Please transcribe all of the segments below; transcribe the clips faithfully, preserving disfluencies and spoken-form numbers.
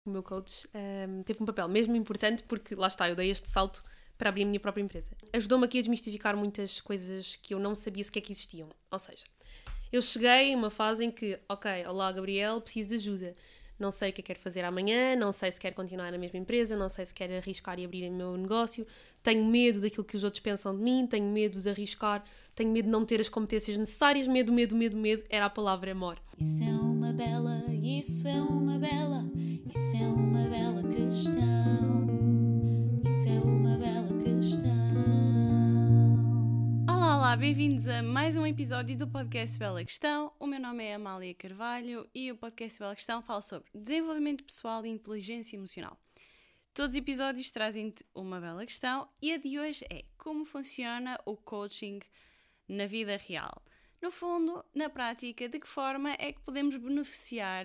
O meu coach um, teve um papel mesmo importante porque, lá está, eu dei este salto para abrir a minha própria empresa. Ajudou-me aqui a desmistificar muitas coisas que eu não sabia sequer que existiam. Ou seja, eu cheguei a uma fase em que, ok, olá Gabriel, preciso de ajuda. Não sei o que é que quero fazer amanhã, não sei se quero continuar na mesma empresa, não sei se quero arriscar e abrir o meu negócio, tenho medo daquilo que os outros pensam de mim, tenho medo de arriscar, tenho medo de não ter as competências necessárias, medo, medo, medo, medo, era a palavra amor. Isso é uma bela, isso é uma bela, isso é uma bela questão, isso é uma bela questão. Olá, olá, bem-vindos a mais um episódio do podcast Bela Questão. O meu nome é Amália Carvalho e o podcast Bela Questão fala sobre desenvolvimento pessoal e inteligência emocional. Todos os episódios trazem-te uma bela questão e a de hoje é como funciona o coaching na vida real. No fundo, na prática, de que forma é que podemos beneficiar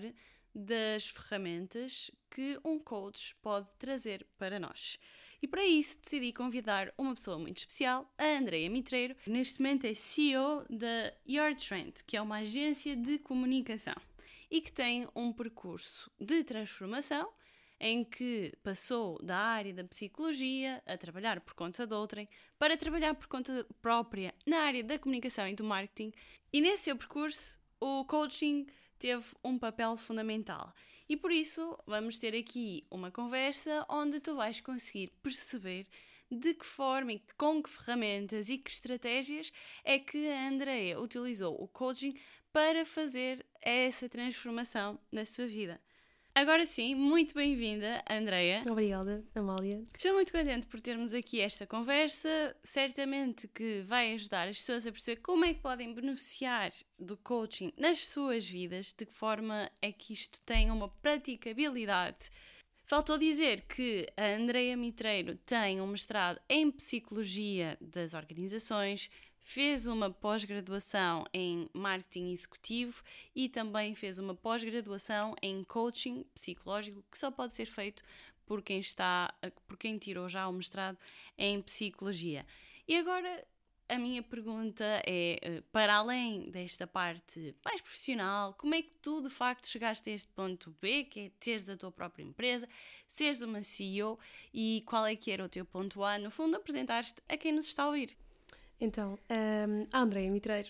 das ferramentas que um coach pode trazer para nós. E para isso decidi convidar uma pessoa muito especial, a Andreia Mitreiro. Neste momento é C E O da Your Trend, que é uma agência de comunicação e que tem um percurso de transformação em que passou da área da psicologia a trabalhar por conta de outrem para trabalhar por conta própria na área da comunicação e do marketing. E nesse seu percurso, o coaching teve um papel fundamental. E por isso vamos ter aqui uma conversa onde tu vais conseguir perceber de que forma e com que ferramentas e que estratégias é que a Andreia utilizou o coaching para fazer essa transformação na sua vida. Agora sim, muito bem-vinda, Andreia. Obrigada, Amália. Estou muito contente por termos aqui esta conversa. Certamente que vai ajudar as pessoas a perceber como é que podem beneficiar do coaching nas suas vidas, de que forma é que isto tem uma praticabilidade. Faltou dizer que a Andreia Mitreiro tem um mestrado em Psicologia das Organizações, fez uma pós-graduação em Marketing Executivo e também fez uma pós-graduação em Coaching Psicológico, que só pode ser feito por quem, está, por quem tirou já o mestrado em Psicologia. E agora a minha pergunta é, para além desta parte mais profissional, como é que tu de facto chegaste a este ponto B, que é teres a tua própria empresa, seres uma C E O, e qual é que era o teu ponto A? No fundo, apresentaste a quem nos está a ouvir. Então, um, a Andreia Mitreiro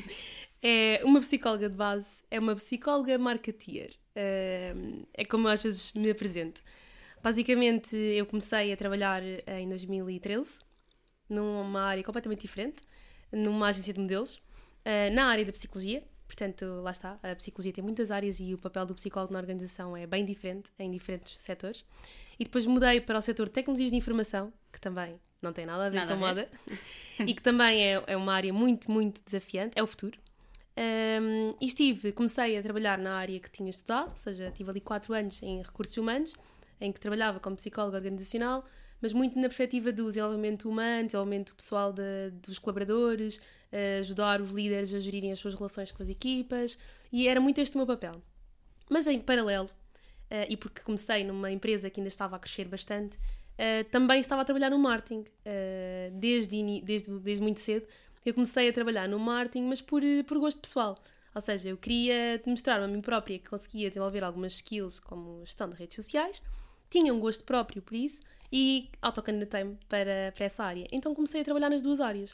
é uma psicóloga de base, é uma psicóloga marketeer, um, é como eu às vezes me apresento. Basicamente, eu comecei a trabalhar em dois mil e treze, numa área completamente diferente, numa agência de modelos, uh, na área da psicologia. Portanto, lá está, a psicologia tem muitas áreas e o papel do psicólogo na organização é bem diferente em diferentes setores. E depois mudei para o setor de tecnologias de informação, que também não tem nada a ver Nada com a a moda, e que também é, é uma área muito, muito desafiante, é o futuro. Um, e estive, comecei a trabalhar na área que tinha estudado, ou seja, tive ali quatro anos em recursos humanos, em que trabalhava como psicóloga organizacional, mas muito na perspectiva do desenvolvimento humano, desenvolvimento pessoal de, dos colaboradores, ajudar os líderes a gerirem as suas relações com as equipas, e era muito este o meu papel. Mas em paralelo, uh, e porque comecei numa empresa que ainda estava a crescer bastante, uh, também estava a trabalhar no marketing, uh, desde, desde, desde muito cedo. Eu comecei a trabalhar no marketing, mas por, por gosto pessoal. Ou seja, eu queria mostrar-me a mim própria que conseguia desenvolver algumas skills como gestão de redes sociais, tinha um gosto próprio por isso e autocandidatei-me para, para essa área. Então comecei a trabalhar nas duas áreas.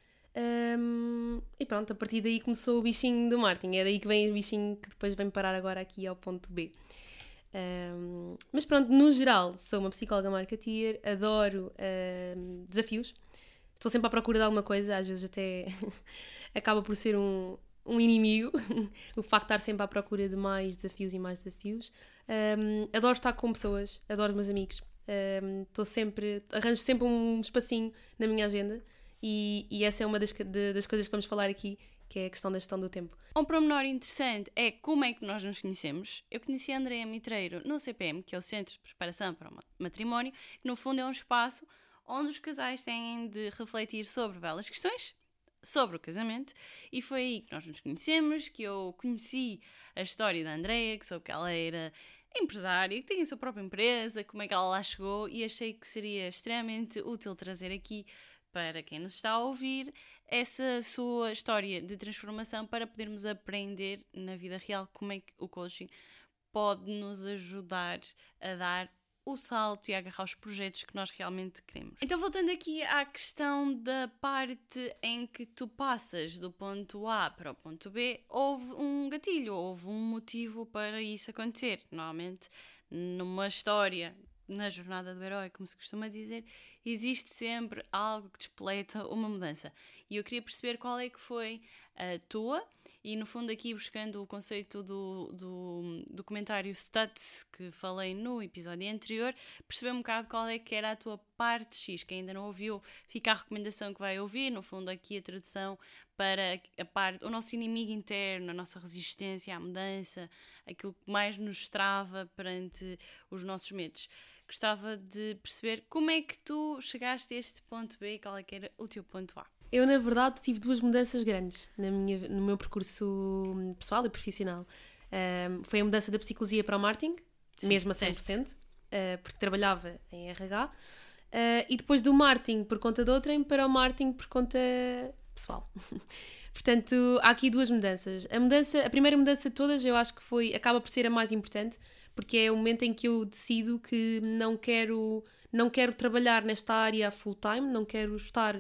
Um, e pronto, a partir daí começou o bichinho do marketing. É daí que vem o bichinho que depois vem parar agora aqui ao ponto B. Um, mas pronto, no geral, sou uma psicóloga marketeer, adoro um, desafios. Estou sempre à procura de alguma coisa, às vezes até acaba por ser um, um inimigo, o facto de estar sempre à procura de mais desafios e mais desafios. Um, adoro estar com pessoas, adoro os meus amigos. Estou um, sempre, arranjo sempre um espacinho na minha agenda e, e essa é uma das, de, das coisas que vamos falar aqui, que é a questão da gestão do tempo. Um pormenor interessante é como é que nós nos conhecemos. Eu conheci a Andreia Mitreiro no C P M, que é o Centro de Preparação para o Matrimónio, que no fundo é um espaço onde os casais têm de refletir sobre belas questões, sobre o casamento, e foi aí que nós nos conhecemos, que eu conheci a história da Andreia, que soube que ela era empresária, que tinha a sua própria empresa, como é que ela lá chegou, e achei que seria extremamente útil trazer aqui, para quem nos está a ouvir, essa sua história de transformação para podermos aprender na vida real como é que o coaching pode nos ajudar a dar o salto e a agarrar os projetos que nós realmente queremos. Então, voltando aqui à questão da parte em que tu passas do ponto A para o ponto B, houve um gatilho, houve um motivo para isso acontecer. Normalmente, numa história, na jornada do herói, como se costuma dizer, existe sempre algo que despoleta uma mudança. E eu queria perceber qual é que foi a tua, e no fundo aqui buscando o conceito do, do documentário Stutz, que falei no episódio anterior, perceber um bocado qual é que era a tua parte X. Quem ainda não ouviu, fica a recomendação que vai ouvir, no fundo aqui a tradução para a parte, o nosso inimigo interno, a nossa resistência à mudança, aquilo que mais nos trava perante os nossos medos. Gostava de perceber como é que tu chegaste a este ponto B e qual é que era o teu ponto A. Eu, na verdade, tive duas mudanças grandes na minha, no meu percurso pessoal e profissional. Um, foi a mudança da psicologia para o marketing, Sim, mesmo a cem por cento, uh, porque trabalhava em R H, uh, e depois do marketing por conta de outrem para o marketing por conta pessoal. Portanto, há aqui duas mudanças. A, mudança, a primeira mudança de todas, eu acho que foi, acaba por ser a mais importante, porque é o momento em que eu decido que não quero, não quero trabalhar nesta área full time, não quero estar...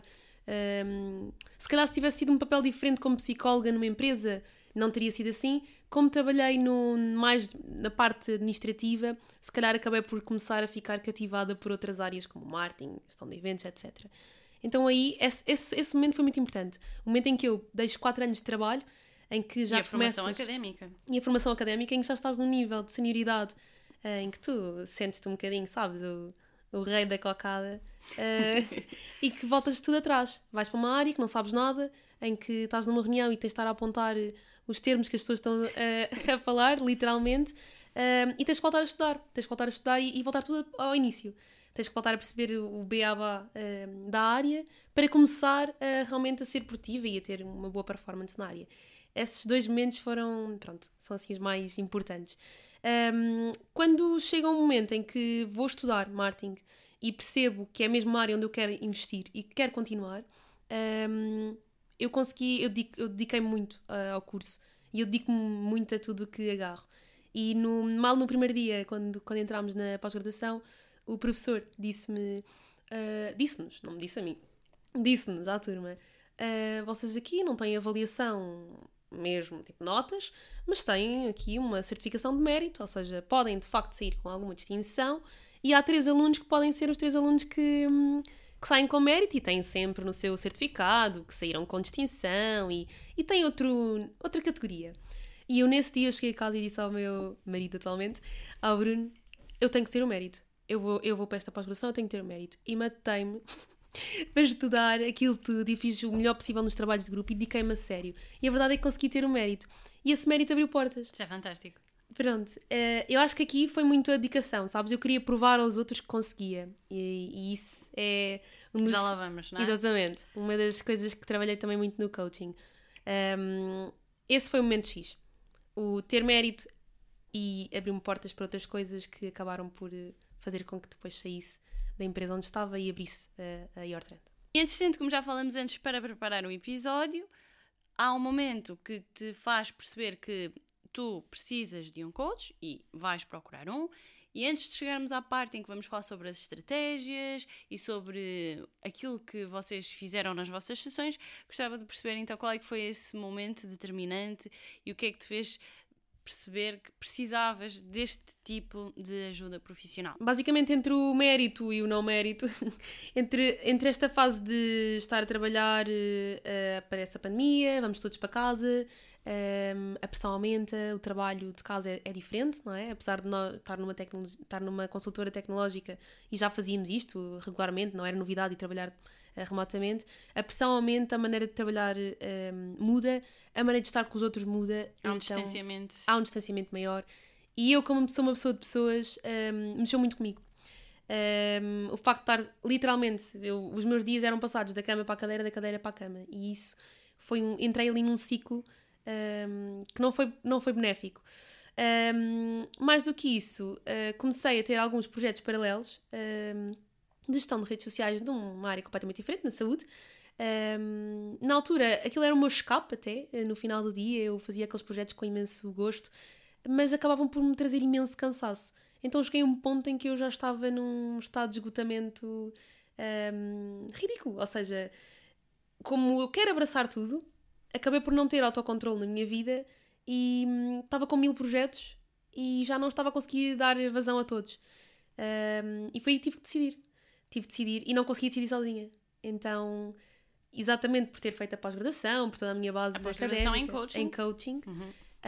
Um, se calhar se tivesse sido um papel diferente como psicóloga numa empresa, não teria sido assim. Como trabalhei no, mais na parte administrativa, se calhar acabei por começar a ficar cativada por outras áreas como marketing, gestão de eventos, etcétera. Então aí, esse, esse, esse momento foi muito importante. O momento em que eu deixo quatro anos de trabalho, em que já e a formação começas, académica. E a formação académica, em que já estás num nível de senioridade, em que tu sentes-te um bocadinho, sabes, o, o rei da cocada, uh, e que voltas tudo atrás. Vais para uma área que não sabes nada, em que estás numa reunião e tens de estar a apontar os termos que as pessoas estão uh, a falar, literalmente, uh, e tens que voltar a estudar. Tens que voltar a estudar e, e voltar tudo ao início. Tens que voltar a perceber o beabá uh, da área para começar uh, realmente a ser produtiva e a ter uma boa performance na área. Esses dois momentos foram, pronto, são assim os mais importantes. Um, quando chega um momento em que vou estudar marketing e percebo que é mesmo uma área onde eu quero investir e que quero continuar, um, eu consegui, eu, dedico, eu dediquei-me muito uh, ao curso e eu dedico-me muito a tudo o que agarro. E no, mal no primeiro dia, quando, quando entramos na pós-graduação, o professor disse-me, uh, disse-nos, não me disse a mim, disse-nos à turma, uh, vocês aqui não têm avaliação mesmo, tipo notas, mas têm aqui uma certificação de mérito, ou seja, podem de facto sair com alguma distinção, e há três alunos que podem ser os três alunos que, que saem com mérito e têm sempre no seu certificado que saíram com distinção e, e têm outro, outra categoria. E eu nesse dia eu cheguei a casa e disse ao meu marido atualmente, ao Bruno, eu tenho que ter o mérito, eu vou, eu vou para esta pós-graduação, eu tenho que ter o mérito, e matei-me para estudar aquilo tudo e fiz o melhor possível nos trabalhos de grupo e dediquei-me a sério. E a verdade é que consegui ter o mérito. E esse mérito abriu portas. Isso é fantástico. Pronto. Uh, eu acho que aqui foi muito a dedicação, sabes? Eu queria provar aos outros que conseguia. E, e isso é... Um dos... Já lá vamos, não é? Exatamente. Uma das coisas que trabalhei também muito no coaching. Um, esse foi o momento X. O ter mérito e abrir-me portas para outras coisas que acabaram por fazer com que depois saísse da empresa onde estava e abrisse a, a Your Trend. E entretanto, como já falamos antes, para preparar o episódio, há um momento que te faz perceber que tu precisas de um coach e vais procurar um. E antes de chegarmos à parte em que vamos falar sobre as estratégias e sobre aquilo que vocês fizeram nas vossas sessões, gostava de perceber então qual é que foi esse momento determinante e o que é que te fez perceber que precisavas deste tipo de ajuda profissional. Basicamente, entre o mérito e o não mérito, entre, entre esta fase de estar a trabalhar, uh, aparece a pandemia, vamos todos para casa, um, a pressão aumenta, o trabalho de casa é, é diferente, não é? Apesar de nós estar numa, tecno- estar numa consultora tecnológica e já fazíamos isto regularmente, não era novidade e trabalhar uh, remotamente, a pressão aumenta, a maneira de trabalhar um, muda, a maneira de estar com os outros muda. Há um então, distanciamento. Há um distanciamento maior. E eu, como sou uma pessoa de pessoas, um, mexeu muito comigo. Um, o facto de estar, literalmente, eu, os meus dias eram passados da cama para a cadeira, da cadeira para a cama. E isso foi um... Entrei ali num ciclo um, que não foi, não foi benéfico. Um, mais do que isso, uh, comecei a ter alguns projetos paralelos um, de gestão de redes sociais de uma área completamente diferente, na saúde. Um, na altura, aquilo era o meu escape até. No final do dia, eu fazia aqueles projetos com imenso gosto. mas acabavam por me trazer imenso cansaço. Então cheguei a um ponto em que eu já estava num estado de esgotamento um, ridículo. Ou seja, como eu quero abraçar tudo, acabei por não ter autocontrole na minha vida e hum, estava com mil projetos e já não estava a conseguir dar vazão a todos. Um, e foi aí que tive que decidir. Tive que decidir e não consegui decidir sozinha. Então, exatamente por ter feito a pós-graduação, por toda a minha base A pós-graduação académica, em coaching, em coaching Uhum.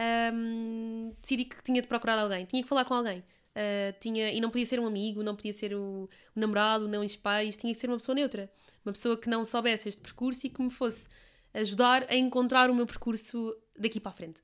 um, decidi que tinha de procurar alguém. Tinha que falar com alguém. Uh, tinha, e não podia ser um amigo, não podia ser o, o namorado, não os pais. Tinha que ser uma pessoa neutra. Uma pessoa que não soubesse este percurso e que me fosse ajudar a encontrar o meu percurso daqui para a frente.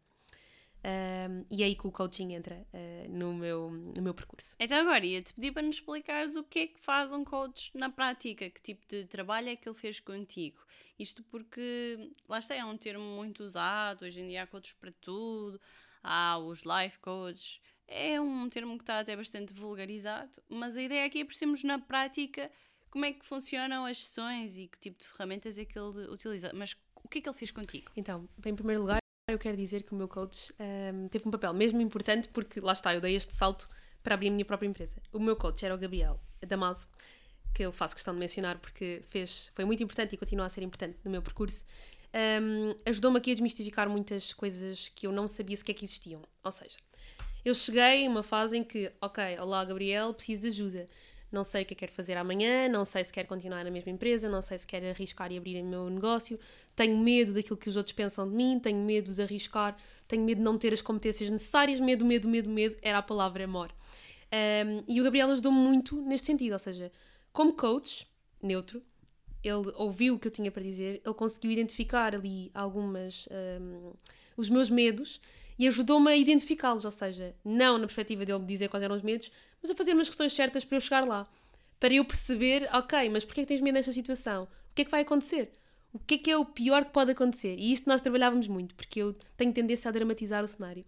Um, e é aí que o coaching entra uh, no, meu, no meu percurso. Então agora ia-te pedir para nos explicares o que é que faz um coach na prática, que tipo de trabalho é que ele fez contigo. Isto porque, lá está, é um termo muito usado, hoje em dia há coaches para tudo, há os life coaches, é um termo que está até bastante vulgarizado, mas a ideia aqui é percebermos na prática como é que funcionam as sessões e que tipo de ferramentas é que ele utiliza. Mas o que é que ele fez contigo? Então, em primeiro lugar, eu quero dizer que o meu coach um, teve um papel mesmo importante porque, lá está, eu dei este salto para abrir a minha própria empresa. O meu coach era o Gabriel Damaso, que eu faço questão de mencionar porque fez, foi muito importante e continua a ser importante no meu percurso. Um, ajudou-me aqui a desmistificar muitas coisas que eu não sabia sequer que existiam. Ou seja, eu cheguei a uma fase em que, ok, olá Gabriel, preciso de ajuda. Não sei o que é que quero fazer amanhã, não sei se quero continuar na mesma empresa, não sei se quero arriscar e abrir o meu negócio, tenho medo daquilo que os outros pensam de mim, tenho medo de arriscar, tenho medo de não ter as competências necessárias, medo, medo, medo, medo, era a palavra amor. Um, e o Gabriel ajudou-me muito neste sentido, ou seja, como coach, neutro, ele ouviu o que eu tinha para dizer, ele conseguiu identificar ali algumas, um, os meus medos e ajudou-me a identificá-los, ou seja, não na perspectiva dele me dizer quais eram os medos, mas a fazer umas questões certas para eu chegar lá. Para eu perceber, ok, mas porquê é que tens medo desta situação? O que é que vai acontecer? O que é que é o pior que pode acontecer? E isto nós trabalhávamos muito, porque eu tenho tendência a dramatizar o cenário.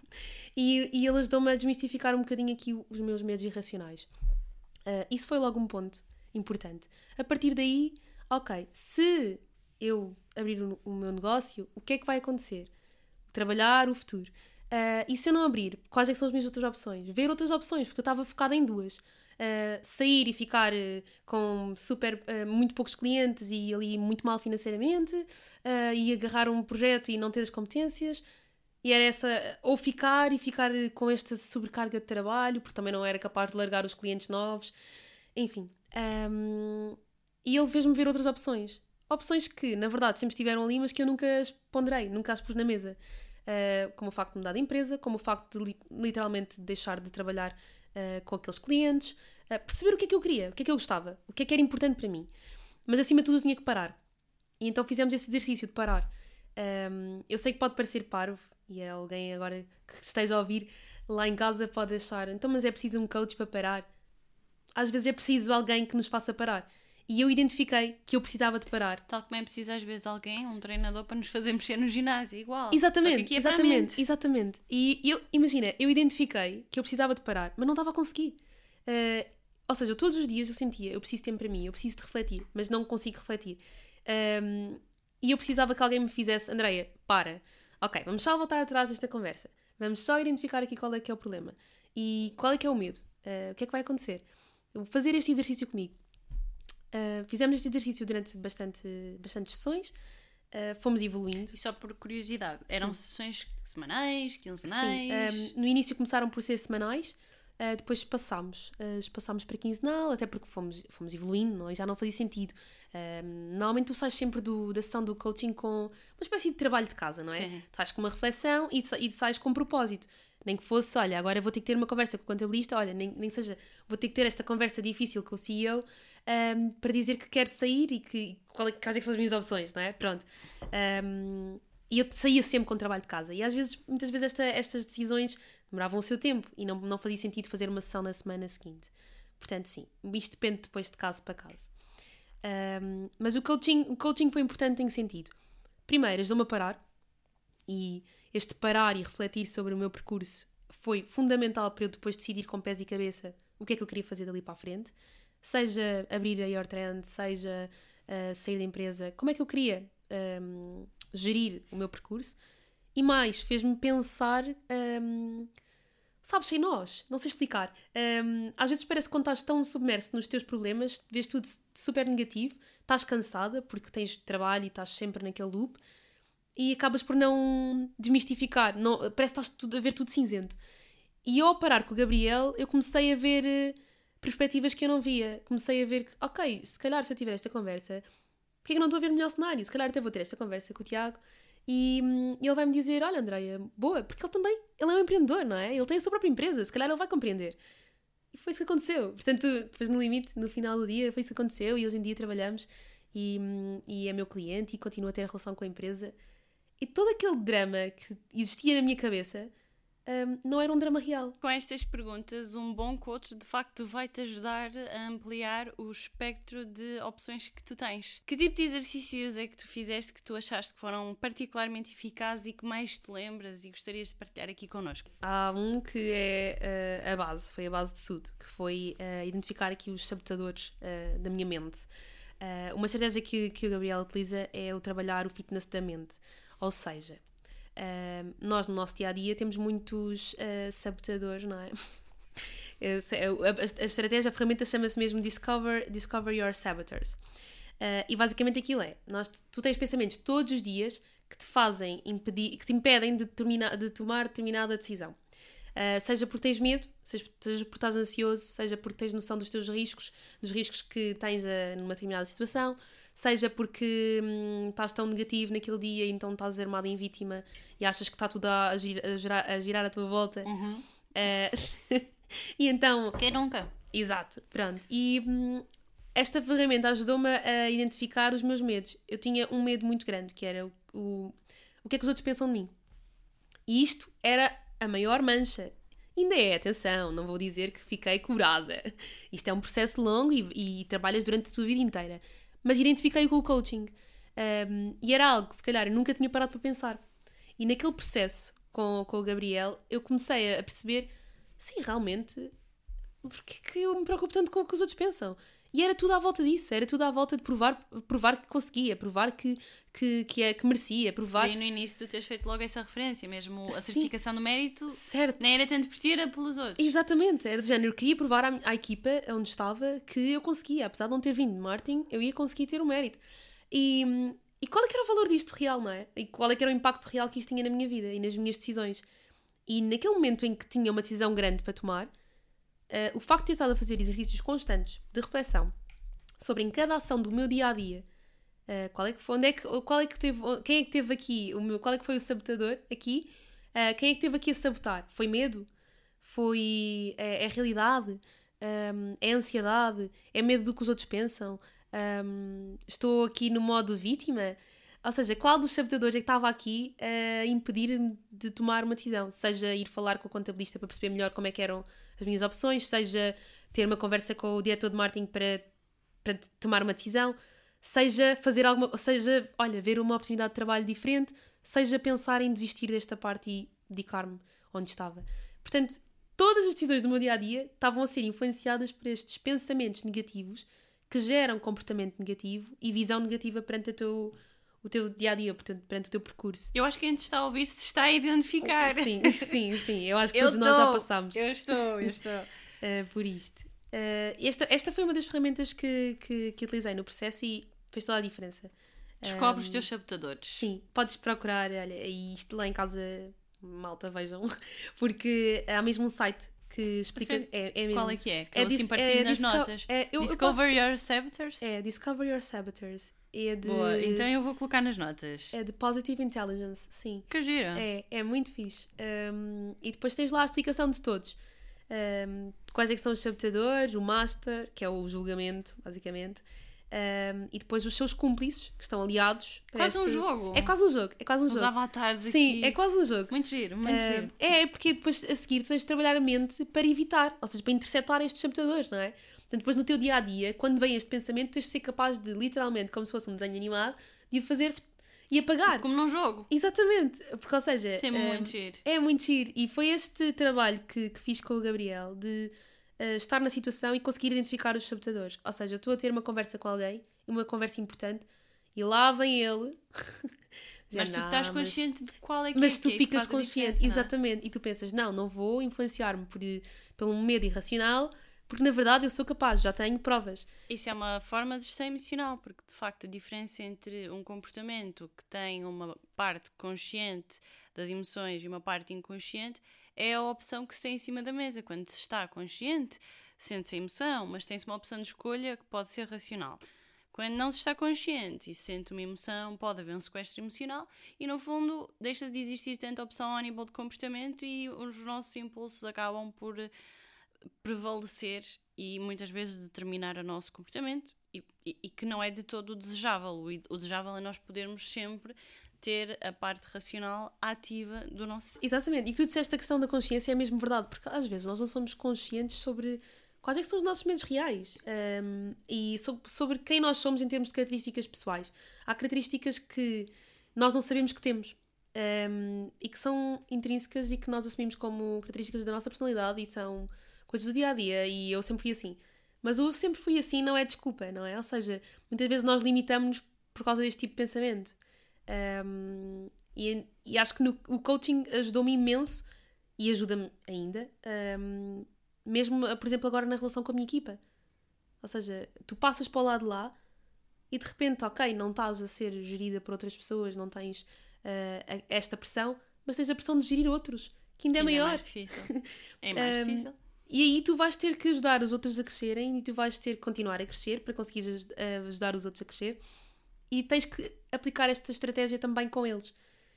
e, e ele ajudou-me a desmistificar um bocadinho aqui os meus medos irracionais. Uh, isso foi logo um ponto importante. A partir daí, ok, se eu abrir o, o meu negócio, o que é que vai acontecer? Trabalhar o futuro. Uh, e se eu não abrir, quais é que são as minhas outras opções? Ver outras opções, porque eu estava focada em duas. Uh, sair e ficar uh, com super, uh, muito poucos clientes e ali muito mal financeiramente, uh, e agarrar um projeto e não ter as competências. E era essa, ou ficar e ficar com esta sobrecarga de trabalho, porque também não era capaz de largar os clientes novos. Enfim. Um, e ele fez-me ver outras opções. Opções que, na verdade, sempre estiveram ali, mas que eu nunca as ponderei, nunca as pus na mesa. Uh, como o facto de mudar de empresa, como o facto de li- literalmente deixar de trabalhar uh, com aqueles clientes, uh, perceber o que é que eu queria, o que é que eu gostava, o que é que era importante para mim. Mas acima de tudo eu tinha que parar. E então fizemos esse exercício de parar. Um, eu sei que pode parecer parvo, e é alguém agora que esteja a ouvir lá em casa pode achar, então mas é preciso um coach para parar. Às vezes é preciso alguém que nos faça parar. E eu identifiquei que eu precisava de parar. Tal como é preciso às vezes alguém, um treinador, para nos fazer mexer no ginásio, igual. Exatamente, Só que aqui é exatamente, exatamente. E eu, imagina, eu identifiquei que eu precisava de parar, mas não estava a conseguir. Uh, ou seja, todos os dias eu sentia, eu preciso de tempo para mim, eu preciso de refletir, mas não consigo refletir. Um, e eu precisava que alguém me fizesse, Andreia, para. Ok, vamos só voltar atrás desta conversa. Vamos só identificar aqui qual é que é o problema. E qual é que é o medo. Uh, o que é que vai acontecer? Eu vou fazer este exercício comigo. Uh, fizemos este exercício durante bastante, bastantes sessões, uh, fomos evoluindo. E só por curiosidade, eram Sim. sessões semanais, quinzenais? Sim, um, no início começaram por ser semanais, uh, depois passámos, uh, passámos para quinzenal, até porque fomos, fomos evoluindo, não, e já não fazia sentido. Um, normalmente tu sais sempre do, da sessão do coaching com uma espécie de trabalho de casa, não é? Sim. Tu sais com uma reflexão e, e sais com um propósito. Nem que fosse, olha, agora vou ter que ter uma conversa com o contabilista, olha, nem, nem seja, vou ter que ter esta conversa difícil com o C E O um, para dizer que quero sair e que, qual é, quais é que são as minhas opções, não é? Pronto. Um, e eu saía sempre com o trabalho de casa. E às vezes, muitas vezes esta, estas decisões demoravam o seu tempo e não, não fazia sentido fazer uma sessão na semana seguinte. Portanto, sim, isto depende depois de caso para caso. Um, mas o coaching, o coaching foi importante em que sentido? Primeiro, ajudou-me a parar. E este parar e refletir sobre o meu percurso foi fundamental para eu depois decidir com pés e cabeça o que é que eu queria fazer dali para a frente. Seja abrir a Your Trend, seja uh, sair da empresa. Como é que eu queria um, gerir o meu percurso. e mais, fez-me pensar, hum, sabes, sem nós, não sei explicar. Hum, às vezes parece que quando estás tão submerso nos teus problemas, vês tudo super negativo, estás cansada porque tens trabalho e estás sempre naquele loop e acabas por não desmistificar, não, parece que estás tudo, a ver tudo cinzento. E ao parar com o Gabriel, eu comecei a ver uh, perspectivas que eu não via. Comecei a ver que, ok, se calhar se eu tiver esta conversa, porque é que eu não estou a ver o melhor cenário? Se calhar até vou ter esta conversa com o Tiago e, hum, e ele vai-me dizer, olha Andreia, boa, porque ele também, ele é um empreendedor, não é? Ele tem a sua própria empresa, se calhar ele vai compreender. E foi isso que aconteceu. Portanto, depois no limite, no final do dia, foi isso que aconteceu e hoje em dia trabalhamos e, hum, e é meu cliente e continuo a ter relação com a empresa. E todo aquele drama que existia na minha cabeça um, não era um drama real. Com estas perguntas, um bom coach de facto vai-te ajudar a ampliar o espectro de opções que tu tens. Que tipo de exercícios é que tu fizeste que tu achaste que foram particularmente eficazes e que mais te lembras e gostarias de partilhar aqui connosco? Há um que é uh, a base, foi a base de tudo, que foi uh, identificar aqui os sabotadores uh, da minha mente. Uh, uma estratégia que, que o Gabriel utiliza é o trabalhar o fitness da mente. Ou seja, uh, nós no nosso dia-a-dia temos muitos uh, sabotadores, não é? a, a, a estratégia, a ferramenta chama-se mesmo Discover, Discover Your Saboteurs. Uh, e basicamente aquilo é, nós, tu tens pensamentos todos os dias que te fazem impedir, que te impedem de, termina, de tomar determinada decisão. Uh, seja porque tens medo, seja, seja porque estás ansioso, seja porque tens noção dos teus riscos, dos riscos que tens uh, numa determinada situação, seja porque hum, estás tão negativo naquele dia e então estás armado em vítima e achas que está tudo a, gir, a, girar, a girar à tua volta. Uhum. Uh, e então... Quem nunca? Exato, pronto. E hum, esta ferramenta ajudou-me a identificar os meus medos. Eu tinha um medo muito grande, que era o, o, o que é que os outros pensam de mim. E isto era a maior mancha. Ainda é, atenção, não vou dizer que fiquei curada. Isto é um processo longo e, e trabalhas durante a tua vida inteira. Mas identifiquei com o coaching. Um, e era algo que, se calhar, eu nunca tinha parado para pensar. E naquele processo com, com o Gabriel, eu comecei a perceber, sim, realmente, porque é que eu me preocupo tanto com o que os outros pensam? E era tudo à volta disso. Era tudo à volta de provar, provar que conseguia, provar que, que, que, é, que merecia, provar... E no início tu tens feito logo essa referência, mesmo a certificação do mérito, certo. Nem era tanto por ti, era pelos outros. Exatamente, era do género, eu queria provar à, à equipa onde estava que eu conseguia, apesar de não ter vindo de marketing, eu ia conseguir ter o mérito. E, e qual é que era o valor disto real, não é? E qual é que era o impacto real que isto tinha na minha vida e nas minhas decisões? E naquele momento em que tinha uma decisão grande para tomar, uh, o facto de ter estado a fazer exercícios constantes de reflexão sobre em cada ação do meu dia-a-dia, uh, qual é que foi, onde é que, qual é que teve, quem é que teve aqui, o meu, qual é que foi o sabotador aqui, uh, quem é que teve aqui a sabotar? Foi medo? Foi, é, é realidade? Um, é ansiedade? É medo do que os outros pensam? Um, estou aqui no modo vítima? Ou seja, qual dos sabotadores é que estava aqui a impedir-me de tomar uma decisão? Seja ir falar com o contabilista para perceber melhor como é que eram as minhas opções, seja ter uma conversa com o diretor de marketing para, para tomar uma decisão, seja fazer alguma, seja, olha, ver uma oportunidade de trabalho diferente, seja pensar em desistir desta parte e dedicar-me onde estava. Portanto, todas as decisões do meu dia-a-dia estavam a ser influenciadas por estes pensamentos negativos que geram comportamento negativo e visão negativa perante o teu, o teu dia-a-dia, portanto, perante o teu percurso. Eu acho que quem te está a ouvir se está a identificar. Sim, sim, sim. Eu acho que eu todos estou, nós já passámos. Eu estou, eu estou. uh, por isto. Uh, esta, esta foi uma das ferramentas que, que, que utilizei no processo e fez toda a diferença. Descobre um, os teus sabotadores. Sim, podes procurar, olha, e isto lá em casa, malta, vejam, porque há mesmo um site que explica... É, é mesmo. Qual é que é? Que é eu assim dis, partilho é, nas disco, notas. É, eu, Discover eu Your Saboteurs? É, Discover Your Saboteurs. É de, Boa, então eu vou colocar nas notas. É de Positive Intelligence, sim. Que gira. É, é muito fixe. Um, e depois tens lá a explicação de todos. Um, quais é que são os sabotadores, o master, que é o julgamento, basicamente. Um, e depois os seus cúmplices, que estão aliados. Quase estes... um jogo. É quase um jogo. É quase um Os jogo. avatares Sim, aqui. é quase um jogo. Muito giro, muito um, giro. É, porque depois a seguir tens de trabalhar a mente para evitar, ou seja, para interceptar estes sabotadores, não é? Portanto, depois no teu dia-a-dia, quando vem este pensamento, tens de ser capaz de, literalmente, como se fosse um desenho animado, de o fazer e apagar. Como num jogo. Exatamente. Porque, ou seja... Isso é um, muito giro. É muito giro. E foi este trabalho que, que fiz com o Gabriel, de uh, estar na situação e conseguir identificar os sabotadores. Ou seja, eu estou a ter uma conversa com alguém, uma conversa importante, e lá vem ele, Já, Mas tu não, estás mas- consciente de qual é que Mas é tu que é, isto ficas faz a consciente, diferença, não é? exatamente, e tu pensas, não, não vou influenciar-me por, pelo medo irracional, porque na verdade eu sou capaz, já tenho provas. Isso é uma forma de gestão emocional, porque de facto a diferença entre um comportamento que tem uma parte consciente das emoções e uma parte inconsciente é a opção que se tem em cima da mesa. Quando se está consciente, sente-se a emoção, mas tem-se uma opção de escolha que pode ser racional. Quando não se está consciente e se sente uma emoção, pode haver um sequestro emocional e, no fundo, deixa de existir tanta opção a nível de comportamento e os nossos impulsos acabam por prevalecer e muitas vezes determinar o nosso comportamento e, e, e que não é de todo o desejável. O, o desejável é nós podermos sempre ter a parte racional ativa do nosso... Exatamente, e que tu disseste a questão da consciência é mesmo verdade, porque às vezes nós não somos conscientes sobre quais é que são os nossos medos reais um, e sobre, sobre quem nós somos em termos de características pessoais. Há características que nós não sabemos que temos um, e que são intrínsecas e que nós assumimos como características da nossa personalidade e são coisas do dia-a-dia, e eu sempre fui assim. Mas o sempre fui assim não é desculpa, não é? Ou seja, muitas vezes nós limitamos-nos por causa deste tipo de pensamento. Um, e, e acho que no, o coaching ajudou-me imenso e ajuda-me ainda, um, mesmo, por exemplo, agora na relação com a minha equipa. Ou seja, tu passas para o lado de lá e de repente, ok, não estás a ser gerida por outras pessoas, não tens uh, esta pressão, mas tens a pressão de gerir outros, que ainda é Ainda maior. É mais difícil. É mais Um, difícil. E aí tu vais ter que ajudar os outros a crescerem e tu vais ter que continuar a crescer para conseguires ajudar os outros a crescer. E tens que aplicar esta estratégia também com eles.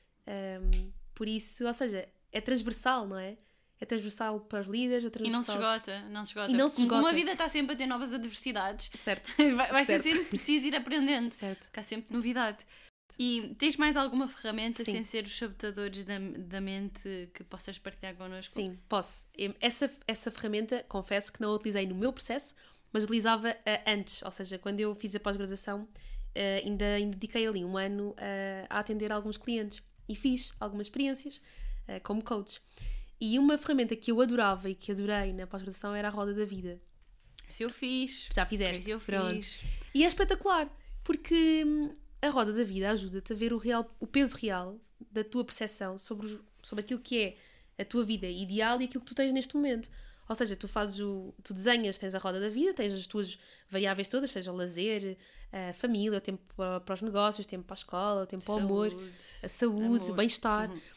Um, por isso, ou seja, é transversal, não é? É transversal para os líderes, é E não se transversal... esgota, não se esgota. E não se Como- Como esgota. a vida está sempre a ter novas adversidades, Certo, vai, vai ser Certo. sempre preciso ir aprendendo. certo. Porque há sempre novidade. E tens mais alguma ferramenta Sim. sem ser os sabotadores da, da mente que possas partilhar connosco? Sim, posso. Essa, essa ferramenta, confesso que não a utilizei no meu processo, mas utilizava uh, antes. Ou seja, quando eu fiz a pós-graduação, uh, ainda, ainda dediquei ali um ano uh, a atender alguns clientes. E fiz algumas experiências uh, como coach. E uma ferramenta que eu adorava e que adorei na pós-graduação era a Roda da Vida. Se eu fiz. Já fizeste? Esse eu Pronto. fiz. E é espetacular, porque hum, a Roda da Vida ajuda-te a ver o, real, o peso real da tua percepção sobre, os, sobre aquilo que é a tua vida ideal e aquilo que tu tens neste momento. Ou seja, tu fazes o, tu desenhas, tens a Roda da Vida, tens as tuas variáveis todas, seja o lazer, a família, o tempo para, para os negócios, o tempo para a escola, o tempo para o amor, a saúde, Amor. bem-estar. Uhum.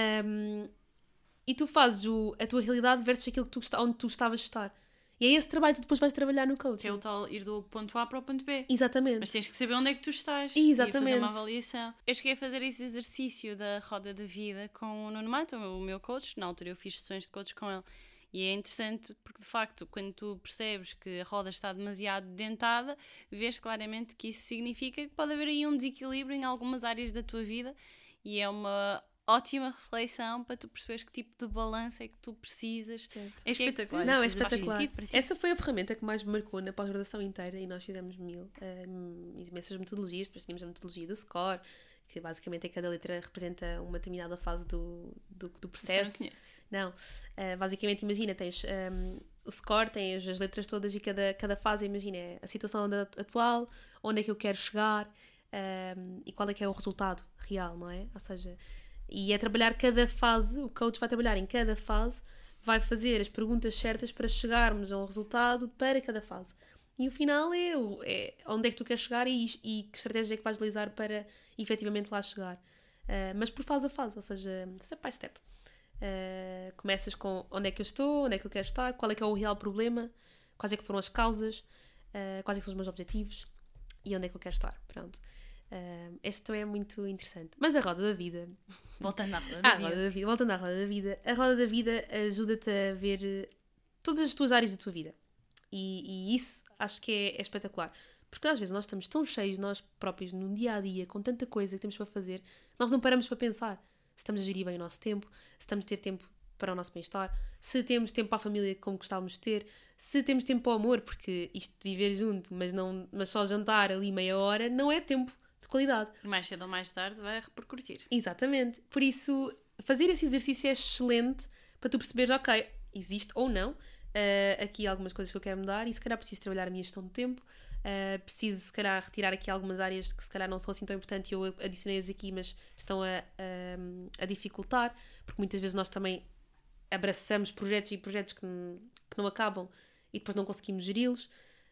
Um, e tu fazes o, a tua realidade versus aquilo que tu, está- onde tu estavas a estar. E é esse trabalho que tu depois vais trabalhar no coaching. Que é o tal ir do ponto A para o ponto B. Exatamente. Mas tens que saber onde é que tu estás. Exatamente. E fazer uma avaliação. Eu cheguei a fazer esse exercício da roda da vida com o Nuno Mato, o meu coach. Na altura eu fiz sessões de coach com ele. E é interessante porque, de facto, quando tu percebes que a roda está demasiado dentada, vês claramente que isso significa que pode haver aí um desequilíbrio em algumas áreas da tua vida. E é uma ótima reflexão para tu perceberes que tipo de balanço é que tu precisas. É espetacular. Não, é Isso faz espetacular. sentido para ti? Essa foi a ferramenta que mais me marcou na pós-graduação inteira e nós fizemos mil, um, imensas metodologias. Depois tínhamos a metodologia do SCORE, que basicamente é cada letra representa uma determinada fase do, do, do processo. Isso eu não conheço. Não, uh, basicamente imagina, tens um, o SCORE, tens as letras todas e cada, cada fase, imagina, é a situação atual, onde é que eu quero chegar um, e qual é que é o resultado real, não é? Ou seja, e é trabalhar cada fase, o coach vai trabalhar em cada fase, vai fazer as perguntas certas para chegarmos a um resultado para cada fase. E o final é, o, é onde é que tu queres chegar e, e que estratégia é que vais utilizar para efetivamente lá chegar. Uh, mas por fase a fase, ou seja, step by step. Uh, começas com onde é que eu estou, onde é que eu quero estar, qual é que é o real problema, quais é que foram as causas, uh, quais é que são os meus objetivos e onde é que eu quero estar. Pronto. Uh, esse também é muito interessante. Mas a roda da vida... Voltando à roda Ah, da a roda da vida. Voltando à roda da vida. A roda da vida ajuda-te a ver uh, todas as tuas áreas da tua vida. E, e isso acho que é, é espetacular. Porque às vezes nós estamos tão cheios de nós próprios no dia-a-dia, com tanta coisa que temos para fazer, nós não paramos para pensar se estamos a gerir bem o nosso tempo, se estamos a ter tempo para o nosso bem-estar, se temos tempo para a família como gostávamos de ter, se temos tempo para o amor, porque isto de viver junto, mas, não, mas só jantar ali meia hora, não é tempo de qualidade. Mais cedo ou mais tarde vai repercutir. Exatamente. Por isso, fazer esse exercício é excelente para tu perceberes, ok, existe ou não uh, aqui algumas coisas que eu quero mudar e se calhar preciso trabalhar a minha gestão de tempo. Uh, preciso, se calhar, retirar aqui algumas áreas que se calhar não são assim tão importantes e eu adicionei-as aqui, mas estão a, a, a dificultar, porque muitas vezes nós também abraçamos projetos e projetos que, que não acabam e depois não conseguimos geri-los.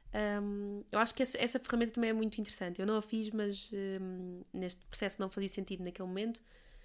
Um, eu acho que essa, essa ferramenta também é muito interessante. Eu não a fiz, mas um, neste processo não fazia sentido naquele momento,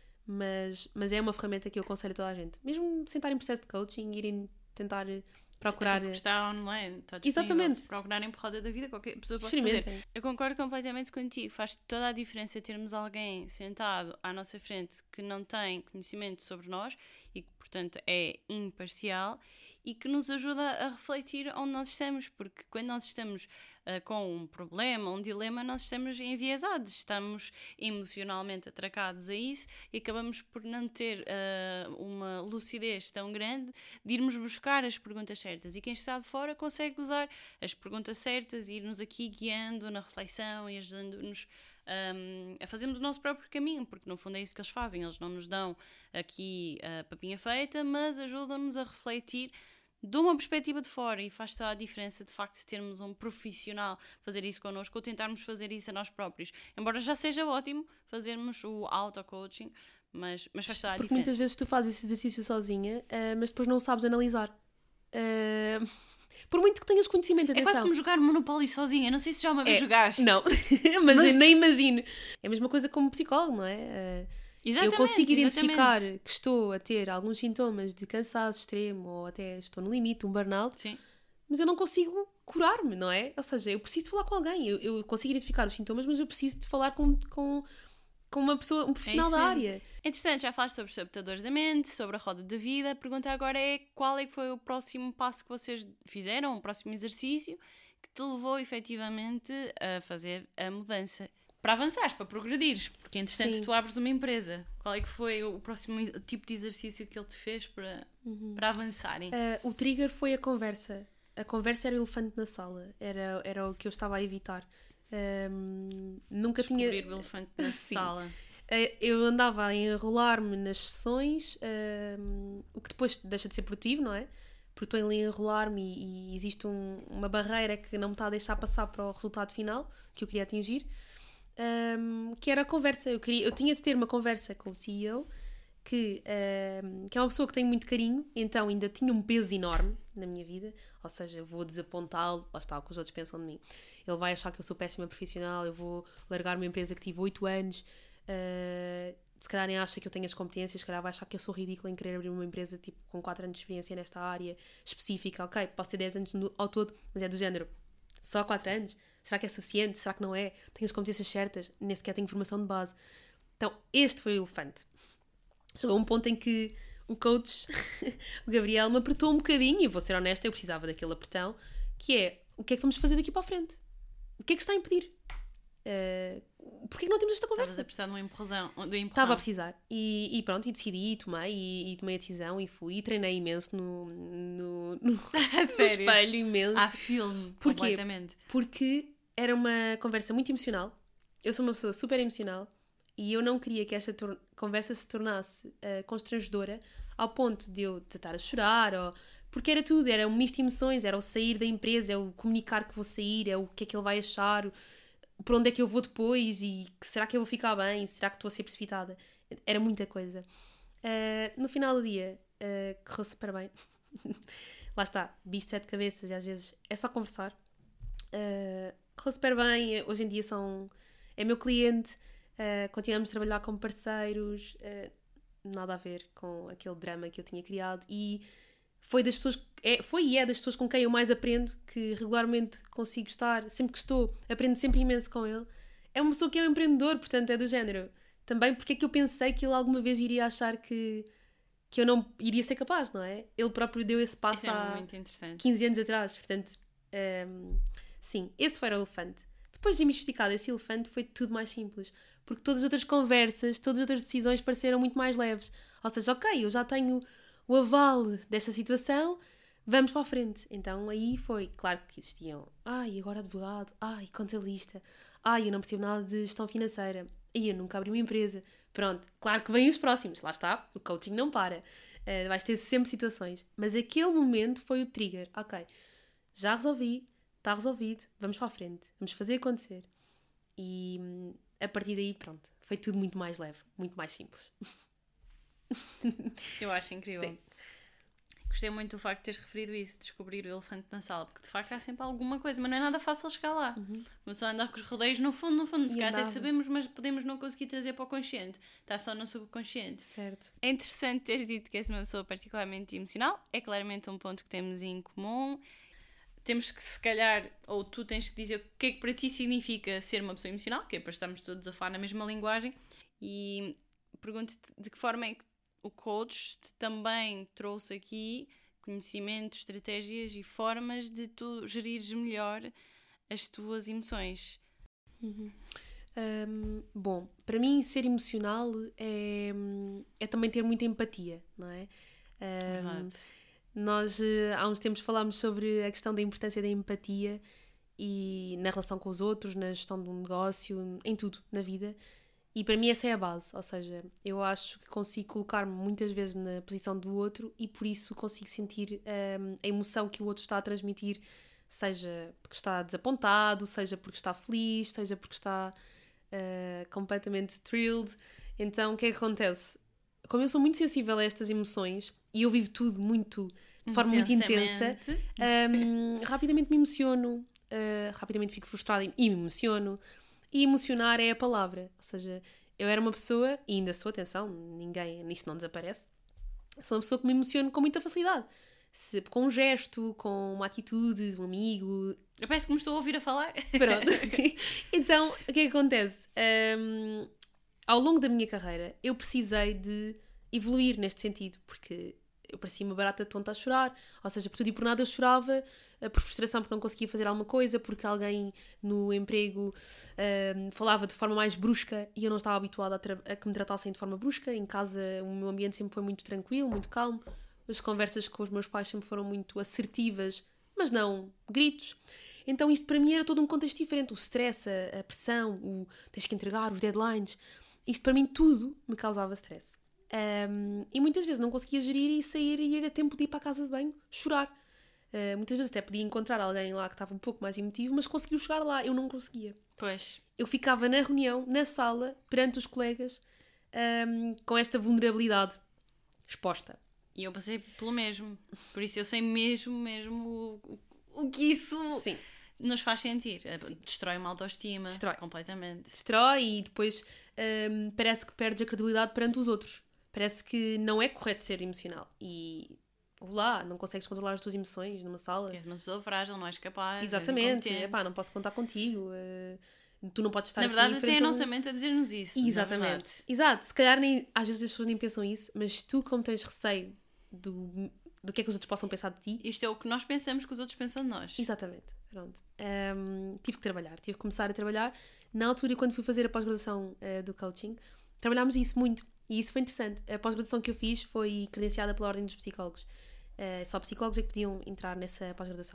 mas, mas é uma ferramenta que eu aconselho a toda a gente. Mesmo sentar em processo de coaching, irem tentar procurar... Sim, está online, está disponível. Exatamente. Se procurarem por roda da vida, qualquer pessoa pode fazer. Eu concordo completamente contigo. Faz toda a diferença termos alguém sentado à nossa frente que não tem conhecimento sobre nós e que, portanto, é imparcial e que nos ajuda a refletir onde nós estamos, porque quando nós estamos uh, com um problema, um dilema, nós estamos enviesados, estamos emocionalmente atracados a isso e acabamos por não ter uh, uma lucidez tão grande de irmos buscar as perguntas certas. E quem está de fora consegue usar as perguntas certas e ir-nos aqui guiando na reflexão e ajudando-nos Um, a fazermos o nosso próprio caminho, porque no fundo é isso que eles fazem. Eles não nos dão aqui a papinha feita, mas ajudam-nos a refletir de uma perspectiva de fora e faz toda a diferença de facto termos um profissional fazer isso connosco ou tentarmos fazer isso a nós próprios, embora já seja ótimo fazermos o auto-coaching, mas, mas faz toda a porque diferença. muitas vezes tu fazes esse exercício sozinha, uh, mas depois não sabes analisar. Uh... Por muito que tenhas conhecimento, atenção. É quase como jogar Monopólio sozinha. Não sei se já uma vez é, jogaste. Não, mas, mas eu nem imagino. É a mesma coisa como psicólogo, não é? Exatamente, eu consigo identificar exatamente. que estou a ter alguns sintomas de cansaço extremo ou até estou no limite, um burnout, Sim. mas eu não consigo curar-me, não é? Ou seja, eu preciso de falar com alguém. Eu, eu consigo identificar os sintomas, mas eu preciso de falar com... com com uma pessoa, um profissional é da mesmo. área. Entretanto, já falaste sobre os sabotadores da mente, sobre a roda da vida. A pergunta agora é qual é que foi o próximo passo que vocês fizeram, o próximo exercício que te levou efetivamente a fazer a mudança. Para avançares, para progredires, porque entretanto Sim. tu abres uma empresa. Qual é que foi o próximo tipo de exercício que ele te fez para, uhum. para avançarem? Uh, o trigger foi a conversa. A conversa era o elefante na sala. Era, era o que eu estava a evitar. Um, nunca Descobrir tinha... o elefante na Sim. sala. Eu andava a enrolar-me nas sessões, um, o que depois deixa de ser produtivo, não é? Porque estou ali a enrolar-me e, e existe um, uma barreira que não me está a deixar passar para o resultado final que eu queria atingir, um, que era a conversa. Eu, queria, eu tinha de ter uma conversa com o C E O, que, um, que é uma pessoa que tenho muito carinho, então ainda tinha um peso enorme na minha vida, ou seja, eu vou desapontá-lo, lá está o que os outros pensam de mim. Ele vai achar que eu sou péssima profissional, eu vou largar uma empresa que tive oito anos, uh, se calhar nem acha que eu tenho as competências, se calhar vai achar que eu sou ridícula em querer abrir uma empresa tipo, com quatro anos de experiência nesta área específica. Ok, posso ter dez anos no, ao todo, mas é do género, só quatro anos? Será que é suficiente? Será que não é? Tenho as competências certas? Nem sequer tenho informação de base. Então, este foi o elefante. Chegou a um ponto em que o coach, o Gabriel, me apertou um bocadinho, e vou ser honesta, eu precisava daquele apertão, que é, o que é que vamos fazer daqui para a frente? O que é que está a impedir? Uh, Porquê que não temos esta conversa? Estavas a precisar de uma empurrão. De um Estava a precisar. E, e pronto, e decidi, e tomei, e, e tomei a decisão, e fui, e treinei imenso no, no, no, no espelho, imenso. Há filme, Porquê? completamente. Porque era uma conversa muito emocional. Eu sou uma pessoa super emocional, e eu não queria que esta tor- conversa se tornasse uh, constrangedora ao ponto de eu estar a chorar, ou... porque era tudo, era um misto de emoções, era o sair da empresa, é o comunicar que vou sair, é o que é que ele vai achar, para onde é que eu vou depois, e será que eu vou ficar bem, será que estou a ser precipitada? Era muita coisa. Uh, no final do dia, uh, correu super bem. Lá está, bicho sete cabeças, e às vezes é só conversar. Uh, correu super bem, hoje em dia são, é meu cliente. Uh, continuamos a trabalhar como parceiros, uh, nada a ver com aquele drama que eu tinha criado, e foi das pessoas, é, foi e é das pessoas com quem eu mais aprendo, que regularmente consigo estar, sempre que estou, aprendo sempre imenso com ele. É uma pessoa que é um empreendedor, portanto é do género. Também porque é que eu pensei que ele alguma vez iria achar que, que eu não iria ser capaz, não é? Ele próprio deu esse passo Isso é há muito interessante. quinze anos atrás, portanto, um, sim, esse foi o elefante. Depois de desmistificar esse elefante foi tudo mais simples, porque todas as outras conversas, todas as outras decisões pareceram muito mais leves. Ou seja, ok, eu já tenho o aval desta situação, vamos para a frente. Então aí foi, claro que existiam, ai, agora advogado, ai, contabilista, ai, eu não percebo nada de gestão financeira, e eu nunca abri uma empresa. Pronto, claro que vêm os próximos, lá está, o coaching não para. Uh, vais ter sempre situações. Mas aquele momento foi o trigger. Ok, já resolvi, está resolvido, vamos para a frente, vamos fazer acontecer. E hum, a partir daí, pronto, foi tudo muito mais leve, muito mais simples. Eu acho incrível. Sim. Gostei muito do facto de teres referido isso, descobrir o elefante na sala, porque de facto há sempre alguma coisa, mas não é nada fácil chegar lá. Uhum. Uma pessoa anda com os rodeios no fundo, no fundo, se E calhar até andava. sabemos, mas podemos não conseguir trazer para o consciente. Está só no subconsciente. Certo. É interessante teres dito que és uma pessoa particularmente emocional, é claramente um ponto que temos em comum. Temos que, se calhar, ou tu tens que dizer o que é que para ti significa ser uma pessoa emocional, que é para estarmos todos a falar na mesma linguagem, e pergunto-te de que forma é que o coach te também trouxe aqui conhecimento, estratégias e formas de tu gerires melhor as tuas emoções. Uhum. Um, bom, para mim ser emocional é, é também ter muita empatia, não é? Um, nós há uns tempos falámos sobre a questão da importância da empatia e na relação com os outros, na gestão de um negócio, em tudo, na vida. E para mim essa é a base, ou seja, eu acho que consigo colocar-me muitas vezes na posição do outro e por isso consigo sentir um, a emoção que o outro está a transmitir, seja porque está desapontado, seja porque está feliz, seja porque está uh, completamente thrilled. Então o que é que acontece? Como eu sou muito sensível a estas emoções e eu vivo tudo muito, de forma muito intensa, um, rapidamente me emociono, uh, rapidamente fico frustrada e me emociono. E emocionar é a palavra, ou seja, eu era uma pessoa, e ainda sou, atenção, ninguém, nisto não desaparece, sou uma pessoa que me emociono com muita facilidade, Se, com um gesto, com uma atitude de um amigo. Eu parece que me estou a ouvir a falar. Pronto. Então, o que é que acontece? Um, ao longo da minha carreira, eu precisei de evoluir neste sentido, porque eu parecia uma barata tonta a chorar, ou seja, por tudo e por nada eu chorava, por frustração porque não conseguia fazer alguma coisa, porque alguém no emprego um, falava de forma mais brusca e eu não estava habituada a, tra- a que me tratassem de forma brusca. Em casa o meu ambiente sempre foi muito tranquilo, muito calmo, as conversas com os meus pais sempre foram muito assertivas, mas não gritos. Então isto para mim era todo um contexto diferente, o stress, a, a pressão, o tens que entregar, os deadlines, isto para mim tudo me causava stress. Um, e muitas vezes não conseguia gerir e sair e ir a tempo de ir para a casa de banho chorar. Uh, muitas vezes até podia encontrar alguém lá que estava um pouco mais emotivo, mas conseguiu chegar lá, eu não conseguia. Pois. Eu ficava na reunião, na sala, perante os colegas, um, com esta vulnerabilidade exposta. E eu passei pelo mesmo, por isso eu sei mesmo, mesmo o, o, o que isso Sim. nos faz sentir. Sim. Destrói uma autoestima. Destrói. Completamente. Destrói e depois um, parece que perdes a credibilidade perante os outros. Parece que não é correto ser emocional. E lá, não consegues controlar as tuas emoções numa sala. És uma pessoa frágil, não és capaz. Exatamente. Epá, não posso contar contigo. Uh, tu não podes estar na verdade, assim... até a nossa mente a dizer-nos isso. Exatamente. Exato. Se calhar nem, às vezes as pessoas nem pensam isso, mas tu, como tens receio do, do que é que os outros possam pensar de ti... Isto é o que nós pensamos que os outros pensam de nós. Exatamente. Pronto. Um, tive que trabalhar. Tive que começar a trabalhar. Na altura, quando fui fazer a pós-graduação uh, do coaching, trabalhámos isso muito. E isso foi interessante. A pós-graduação que eu fiz foi credenciada pela Ordem dos Psicólogos. Uh, só psicólogos é que podiam entrar nessa pós-graduação.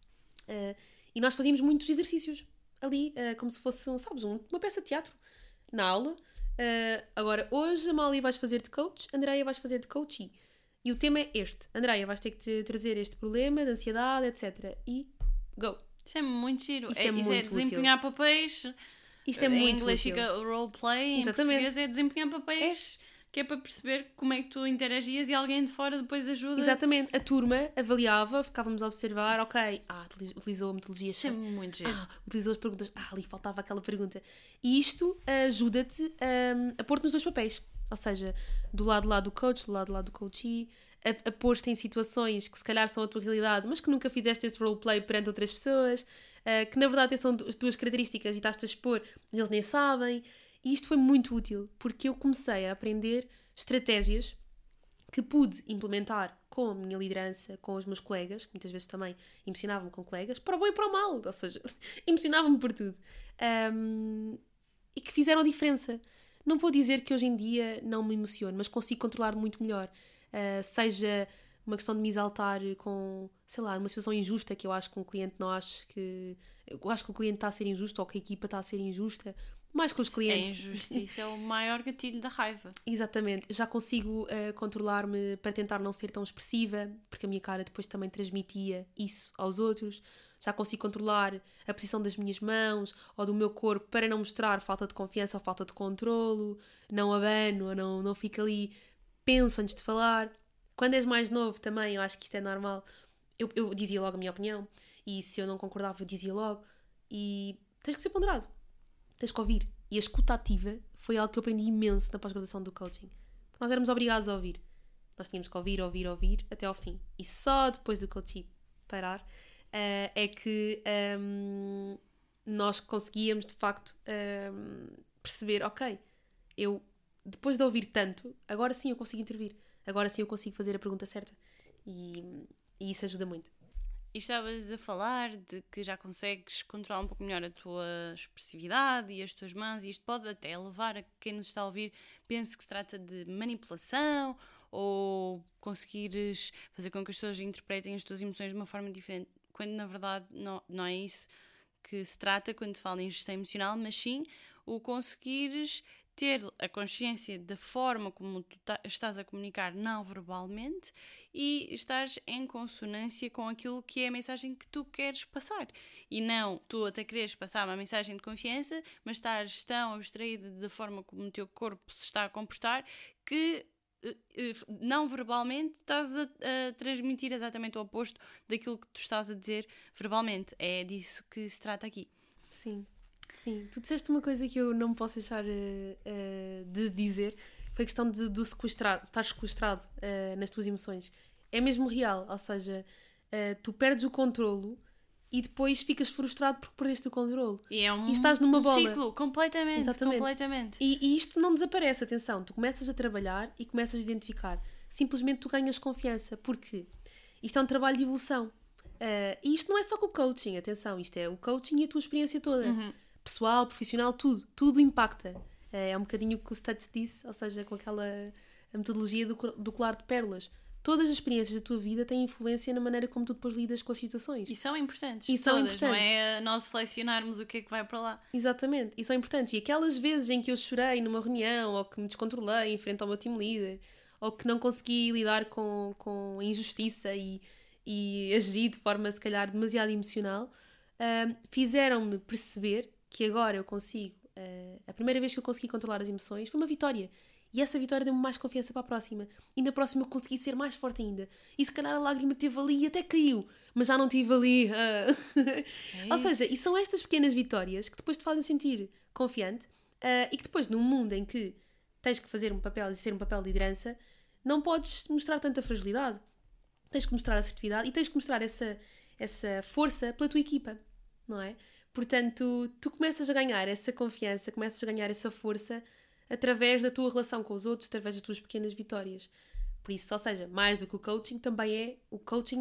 Uh, e nós fazíamos muitos exercícios ali, uh, como se fosse, sabes, um, uma peça de teatro, na aula. Uh, agora, hoje, Amália, vais fazer de coach, Andreia vais fazer de coachee. E o tema é este. Andreia, vais ter que te trazer este problema de ansiedade, etcétera. E go. Isso é muito giro. Isto é, é isso muito é desempenhar útil. papéis. Isto é em muito inglês útil. fica roleplay, em Exatamente. português é desempenhar papéis. É. Que é para perceber como é que tu interagias e alguém de fora depois ajuda. Exatamente. A turma avaliava, ficávamos a observar, ok, ah, utilizou a metodologia. Isso é muito giro. Ah, utilizou as perguntas. Ah, ali faltava aquela pergunta. E isto ajuda-te um, a pôr-te nos dois papéis. Ou seja, do lado lá do coach, do lado lá do coachee, a, a pôr-te em situações que se calhar são a tua realidade, mas que nunca fizeste este roleplay perante outras pessoas, uh, que na verdade são as tuas características e estás-te a expor, mas eles nem sabem. E isto foi muito útil, porque eu comecei a aprender estratégias que pude implementar com a minha liderança, com os meus colegas, que muitas vezes também emocionavam-me com colegas, para o bom e para o mal, ou seja, emocionavam-me por tudo. Um, e que fizeram diferença. Não vou dizer que hoje em dia não me emociono, mas consigo controlar muito melhor. Uh, seja uma questão de me exaltar com, sei lá, uma situação injusta que eu acho que um cliente não acha que... Eu acho que o cliente está a ser injusto ou que a equipa está a ser injusta. mais com os A clientes. injustiça é o maior gatilho da raiva. Exatamente. Já consigo uh, controlar-me para tentar não ser tão expressiva, porque a minha cara depois também transmitia isso aos outros. Já consigo controlar a posição das minhas mãos ou do meu corpo para não mostrar falta de confiança ou falta de controlo. Não abano, ou não, não fico ali, penso antes de falar. Quando és mais novo também, eu acho que isto é normal. Eu, eu dizia logo a minha opinião, e se eu não concordava eu dizia logo. E tens que ser ponderado, tens que ouvir. E a escuta ativa foi algo que eu aprendi imenso na pós-graduação do coaching. Nós éramos obrigados a ouvir. Nós tínhamos que ouvir, ouvir, ouvir até ao fim. E só depois do coaching parar uh, é que um, nós conseguíamos de facto um, perceber, ok, eu depois de ouvir tanto, agora sim eu consigo intervir. Agora sim eu consigo fazer a pergunta certa. E, e isso ajuda muito. E estavas a falar de que já consegues controlar um pouco melhor a tua expressividade e as tuas mãos, e isto pode até levar a que quem nos está a ouvir pense que se trata de manipulação ou conseguires fazer com que as pessoas interpretem as tuas emoções de uma forma diferente, quando na verdade não, não é isso que se trata quando se fala em gestão emocional, mas sim o conseguires ter a consciência da forma como tu ta- estás a comunicar não verbalmente e estás em consonância com aquilo que é a mensagem que tu queres passar. E não tu até queres passar uma mensagem de confiança, mas estás tão abstraída da forma como o teu corpo se está a comportar que não verbalmente estás a, a transmitir exatamente o oposto daquilo que tu estás a dizer verbalmente. É disso que se trata aqui. Sim. Sim, tu disseste uma coisa que eu não me posso deixar uh, uh, de dizer, foi a questão de, do sequestrado, estar sequestrado uh, nas tuas emoções. É mesmo real, ou seja, uh, tu perdes o controlo e depois ficas frustrado porque perdeste o controlo. E é um, e estás numa um bola. ciclo, completamente, Exatamente. completamente. E, e isto não desaparece, atenção, tu começas a trabalhar e começas a identificar. Simplesmente tu ganhas confiança, porque isto é um trabalho de evolução. Uh, e isto não é só com o coaching, atenção, isto é o coaching e a tua experiência toda. Uhum. Pessoal, profissional, tudo, tudo impacta. É um bocadinho o que o Stutz disse, ou seja, com aquela a metodologia do, do colar de pérolas. Todas as experiências da tua vida têm influência na maneira como tu depois lidas com as situações. E são importantes, e todas, são importantes. Não é nós selecionarmos o que é que vai para lá. Exatamente, e são importantes. E aquelas vezes em que eu chorei numa reunião, ou que me descontrolei em frente ao meu team leader, ou que não consegui lidar com, com injustiça e, e agi de forma, se calhar, demasiado emocional, uh, fizeram-me perceber que agora eu consigo, uh, a primeira vez que eu consegui controlar as emoções foi uma vitória. E essa vitória deu-me mais confiança para a próxima. E na próxima eu consegui ser mais forte ainda. E se calhar a lágrima teve ali e até caiu. Mas já não tive ali. Uh... É Ou seja, e são estas pequenas vitórias que depois te fazem sentir confiante uh, e que depois, num mundo em que tens que fazer um papel e ser um papel de liderança, não podes mostrar tanta fragilidade. Tens que mostrar assertividade e tens que mostrar essa, essa força pela tua equipa. Não é? Portanto, tu começas a ganhar essa confiança, começas a ganhar essa força através da tua relação com os outros, através das tuas pequenas vitórias. Por isso, ou seja, mais do que o coaching, também é o coaching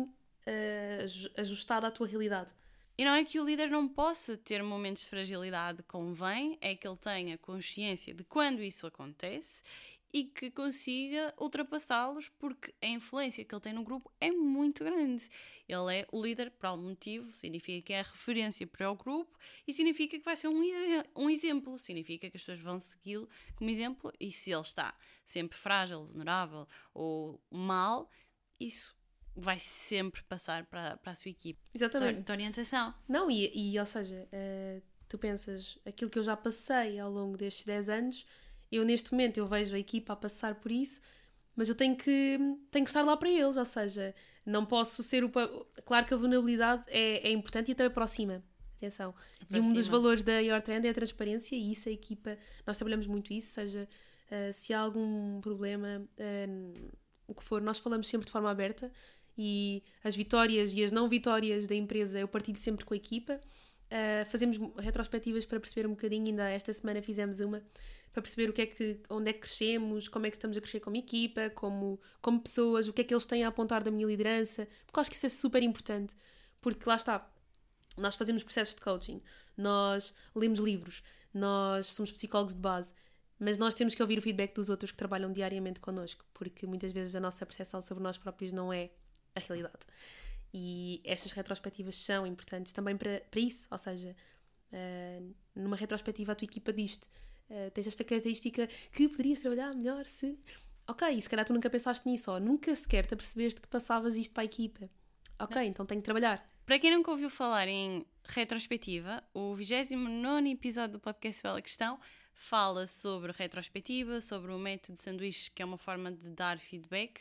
uh, ajustado à tua realidade. E não é que o líder não possa ter momentos de fragilidade, convém, é que ele tenha consciência de quando isso acontece e que consiga ultrapassá-los, porque a influência que ele tem no grupo é muito grande. Ele é o líder por algum motivo, significa que é a referência para o grupo e significa que vai ser um, um exemplo, significa que as pessoas vão segui-lo como exemplo, e se ele está sempre frágil, vulnerável ou mal, isso vai sempre passar para, para a sua equipe. Exatamente. De, de orientação. Não, e, e ou seja, uh, tu pensas, aquilo que eu já passei ao longo destes dez anos, eu neste momento eu vejo a equipa a passar por isso, mas eu tenho que, tenho que estar lá para eles, ou seja, não posso ser o... Claro que a vulnerabilidade é, é importante e também aproxima. Atenção. E um dos valores da Your Trend é a transparência, e isso a equipa, nós trabalhamos muito isso, seja, uh, se há algum problema, uh, o que for, nós falamos sempre de forma aberta, e as vitórias e as não vitórias da empresa eu partilho sempre com a equipa. Uh, fazemos retrospectivas para perceber um bocadinho, ainda esta semana fizemos uma, para perceber o que é que, onde é que crescemos, como é que estamos a crescer como equipa, como, como pessoas, o que é que eles têm a apontar da minha liderança, porque eu acho que isso é super importante, porque lá está, nós fazemos processos de coaching, nós lemos livros, nós somos psicólogos de base, mas nós temos que ouvir o feedback dos outros que trabalham diariamente connosco, porque muitas vezes a nossa percepção sobre nós próprios não é a realidade. E estas retrospectivas são importantes também para, para isso, ou seja, Uh, numa retrospectiva a tua equipa diz-te, uh, tens esta característica que poderias trabalhar melhor se... Ok, e se calhar tu nunca pensaste nisso, ou nunca sequer te apercebeste que passavas isto para a equipa. Ok, é. Então tenho que trabalhar. Para quem nunca ouviu falar em retrospectiva, o vigésimo nono episódio do podcast Bela Questão fala sobre retrospectiva, sobre o método de sanduíche, que é uma forma de dar feedback,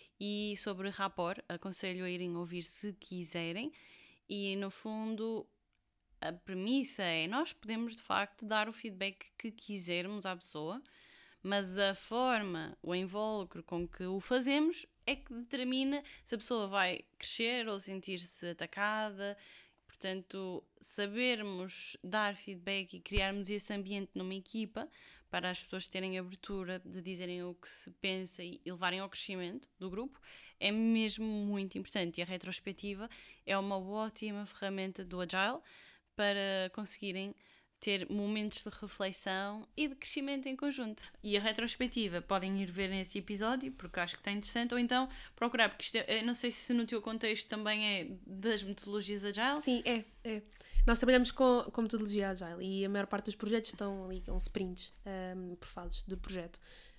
e sobre rapport. Aconselho a irem ouvir se quiserem. E no fundo, a premissa é: nós podemos de facto dar o feedback que quisermos à pessoa, mas a forma, o invólucro com que o fazemos é que determina se a pessoa vai crescer ou sentir-se atacada. Portanto, sabermos dar feedback e criarmos esse ambiente numa equipa para as pessoas terem abertura de dizerem o que se pensa e levarem ao crescimento do grupo é mesmo muito importante. E a retrospectiva é uma ótima ferramenta do Agile para conseguirem ter momentos de reflexão e de crescimento em conjunto. E a retrospectiva podem ir ver nesse episódio, porque acho que está interessante, ou então procurar, porque isto é, não sei se no teu contexto também é das metodologias Agile. Sim, é, é. Nós trabalhamos com, com metodologia Agile e a maior parte dos projetos estão ali com sprints, um, por fases de projeto.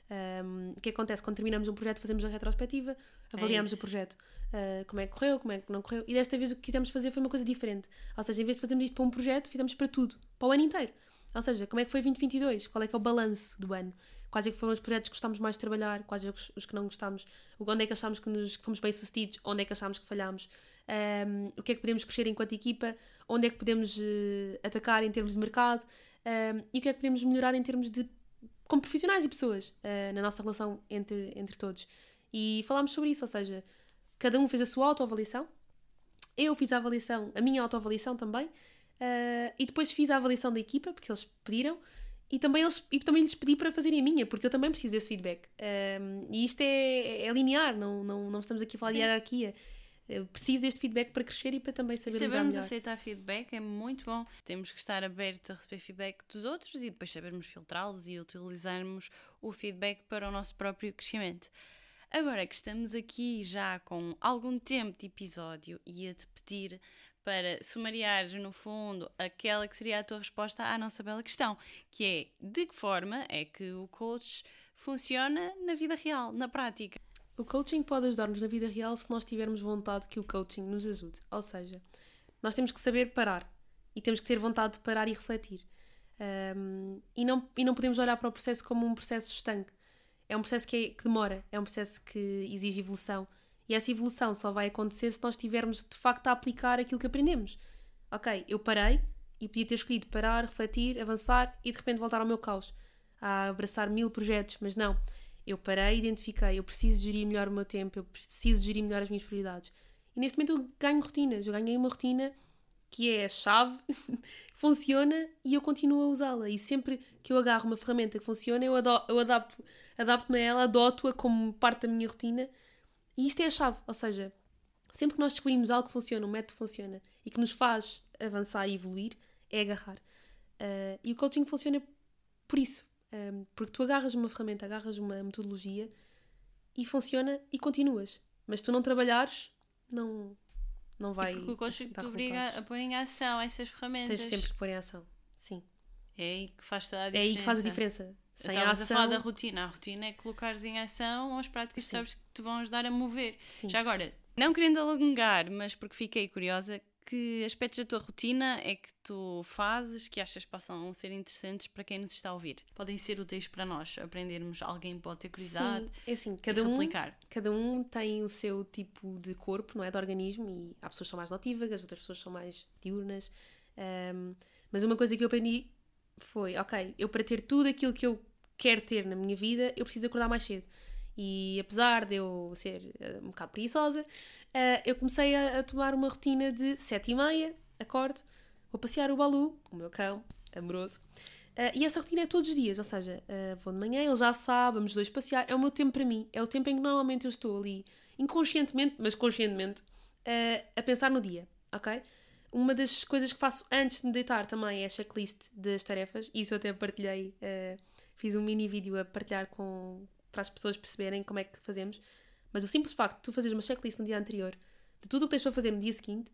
Um, o que acontece? Quando terminamos um projeto, fazemos a retrospectiva, avaliamos é o projeto, uh, como é que correu, como é que não correu, e desta vez o que quisemos fazer foi uma coisa diferente. Ou seja, em vez de fazermos isto para um projeto, fizemos para tudo, para o ano inteiro. Ou seja, como é que foi vinte e vinte e dois? Qual é que é o balanço do ano? Quais é que foram os projetos que gostámos mais de trabalhar? Quais é que os que não gostámos? Onde é que achámos que, nos, que fomos bem sucedidos? Onde é que achámos que falhámos? Um, o que é que podemos crescer enquanto equipa? Onde é que podemos uh, atacar em termos de mercado? Um, e o que é que podemos melhorar em termos de como profissionais e pessoas, uh, na nossa relação entre, entre todos. E falámos sobre isso, ou seja, cada um fez a sua autoavaliação, eu fiz a avaliação, a minha autoavaliação também, uh, e depois fiz a avaliação da equipa, porque eles pediram, e também, eles, e também lhes pedi para fazerem a minha, porque eu também preciso desse feedback. Um, e isto é, é linear, não, não, não estamos aqui a falar Sim. de hierarquia. Eu preciso deste feedback para crescer e para também saber lidar melhor. Sabermos aceitar feedback é muito bom. Temos que estar abertos a receber feedback dos outros e depois sabermos filtrá-los e utilizarmos o feedback para o nosso próprio crescimento. Agora que estamos aqui já com algum tempo de episódio, ia-te pedir para sumariares, no fundo, aquela que seria a tua resposta à nossa bela questão, que é: de que forma é que o coach funciona na vida real, na prática? O coaching pode ajudar-nos na vida real se nós tivermos vontade que o coaching nos ajude. Ou seja, nós temos que saber parar e temos que ter vontade de parar e refletir. Um, e, não, e não podemos olhar para o processo como um processo estanque. É um processo que, é, que demora, é um processo que exige evolução. E essa evolução só vai acontecer se nós estivermos de facto a aplicar aquilo que aprendemos. Ok, eu parei e podia ter escolhido parar, refletir, avançar e de repente voltar ao meu caos, a abraçar mil projetos, mas não. Eu parei, identifiquei, eu preciso gerir melhor o meu tempo, eu preciso gerir melhor as minhas prioridades. E neste momento eu ganho rotinas, eu ganhei uma rotina que é a chave, funciona e eu continuo a usá-la. E sempre que eu agarro uma ferramenta que funciona, eu, ado- eu adapto, adapto-me a ela, adoto-a como parte da minha rotina. E isto é a chave, ou seja, sempre que nós descobrimos algo que funciona, um método que funciona e que nos faz avançar e evoluir, é agarrar. Uh, e o coaching funciona por isso. Um, porque tu agarras uma ferramenta, agarras uma metodologia e funciona e continuas. Mas se tu não trabalhares, não, não vai. E porque o coaching te obriga a pôr em ação essas ferramentas. Tens sempre que pôr em ação, sim. É aí que faz toda a diferença. É aí que faz a diferença. Sem a ação... a falar da rotina. A rotina é colocares em ação as práticas que sabes que te vão ajudar a mover. Sim. Já agora, não querendo alongar, mas porque fiquei curiosa, que aspectos da tua rotina é que tu fazes que achas que possam ser interessantes para quem nos está a ouvir? Podem ser úteis para nós aprendermos, alguém pode ter curiosidade. Sim, é assim, cada um, replicar. cada um tem o seu tipo de corpo, não é? De organismo, e há pessoas que são mais notívagas, outras pessoas são mais diurnas. Um, mas uma coisa que eu aprendi foi, ok, eu para ter tudo aquilo que eu quero ter na minha vida, eu preciso acordar mais cedo. E apesar de eu ser uh, um bocado preguiçosa, uh, eu comecei a, a tomar uma rotina de sete e meia, acordo, vou passear o Balu, o meu cão, amoroso, uh, e essa rotina é todos os dias, ou seja, uh, vou de manhã, ele já sabe, vamos dois passear, é o meu tempo para mim, é o tempo em que normalmente eu estou ali, inconscientemente, mas conscientemente, uh, a pensar no dia, ok? Uma das coisas que faço antes de me deitar também é a checklist das tarefas, e isso eu até partilhei, uh, fiz um mini vídeo a partilhar com... para as pessoas perceberem como é que fazemos, mas o simples facto de tu fazeres uma checklist no dia anterior de tudo o que tens para fazer no dia seguinte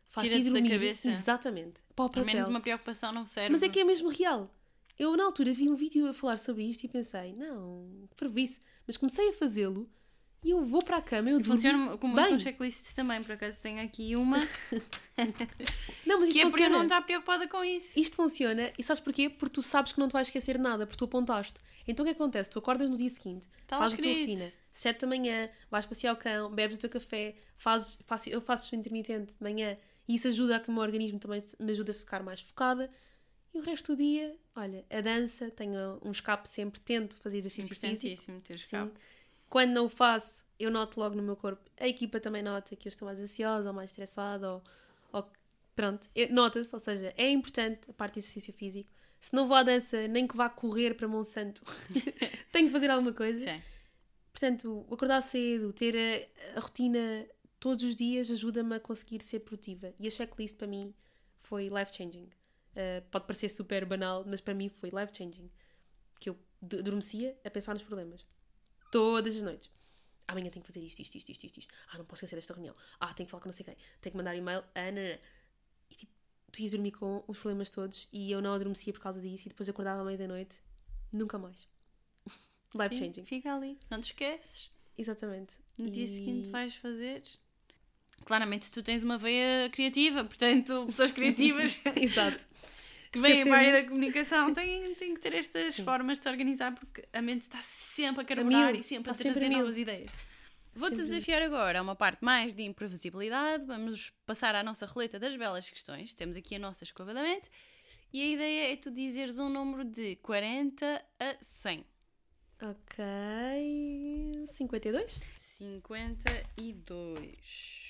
faz-te Tira-te da dormir. cabeça. Exatamente. Para o Ao menos papel. uma preocupação não serve. Mas é que é mesmo real. Eu, na altura, vi um vídeo a falar sobre isto e pensei, não, que prejuízo. Mas comecei a fazê-lo e eu vou para a cama, eu E durmo funciona como bem. com checklists também, por acaso tenho aqui uma Não, mas isto que é para eu funciona. não estar preocupada com isso. Isto funciona, e sabes porquê? Porque tu sabes que não te vais esquecer de nada, porque tu apontaste. Então o que acontece? Tu acordas no dia seguinte, Tá lá fazes a tua escrito. rotina, sete da manhã, vais passear o cão, bebes o teu café, fazes, faço, eu faço intermitente de manhã, e isso ajuda a que o meu organismo também me ajude a ficar mais focada. E o resto do dia, olha, a dança, tenho um escape sempre, tento fazer exercício físico. Importantíssimo ter Sim. escape. Quando não o faço, eu noto logo no meu corpo. A equipa também nota que eu estou mais ansiosa ou mais estressada ou, ou pronto, eu- nota-se, ou seja, é importante a parte de exercício físico. Se não vou à dança, nem que vá correr para Monsanto, tenho que fazer alguma coisa. Sim. Portanto, acordar cedo, ter a, a rotina todos os dias ajuda-me a conseguir ser produtiva. E a checklist para mim foi life-changing. Uh, pode parecer super banal, mas para mim foi life-changing. Que eu d- adormecia a pensar nos problemas. Todas as noites. Amanhã tenho que fazer isto, isto, isto, isto, isto, isto. Ah, não posso esquecer desta reunião. Ah, tenho que falar com não sei quem. Tenho que mandar e-mail. Ah, não, não, não. E tipo, tu ias dormir com os problemas todos e eu não adormecia por causa disso e depois acordava à meia da noite. Nunca mais. Life-changing. Sim, fica ali. Não te esqueces. Exatamente. No E- dia seguinte vais fazer. Claramente tu tens uma veia criativa, portanto, pessoas criativas Exato. que vêm para a área da Esquecemos. comunicação têm, têm que ter estas Sim. formas de se organizar porque a mente está sempre a A carburar mil. e sempre a Está sempre trazer a mil. novas ideias. Vou-te Sempre a mil. desafiar agora a uma parte mais de imprevisibilidade. Vamos passar à nossa roleta das belas questões. Temos aqui a nossa escova da mente. E a ideia é tu dizeres um número de quarenta a cem. Ok. cinquenta e dois? cinquenta e dois.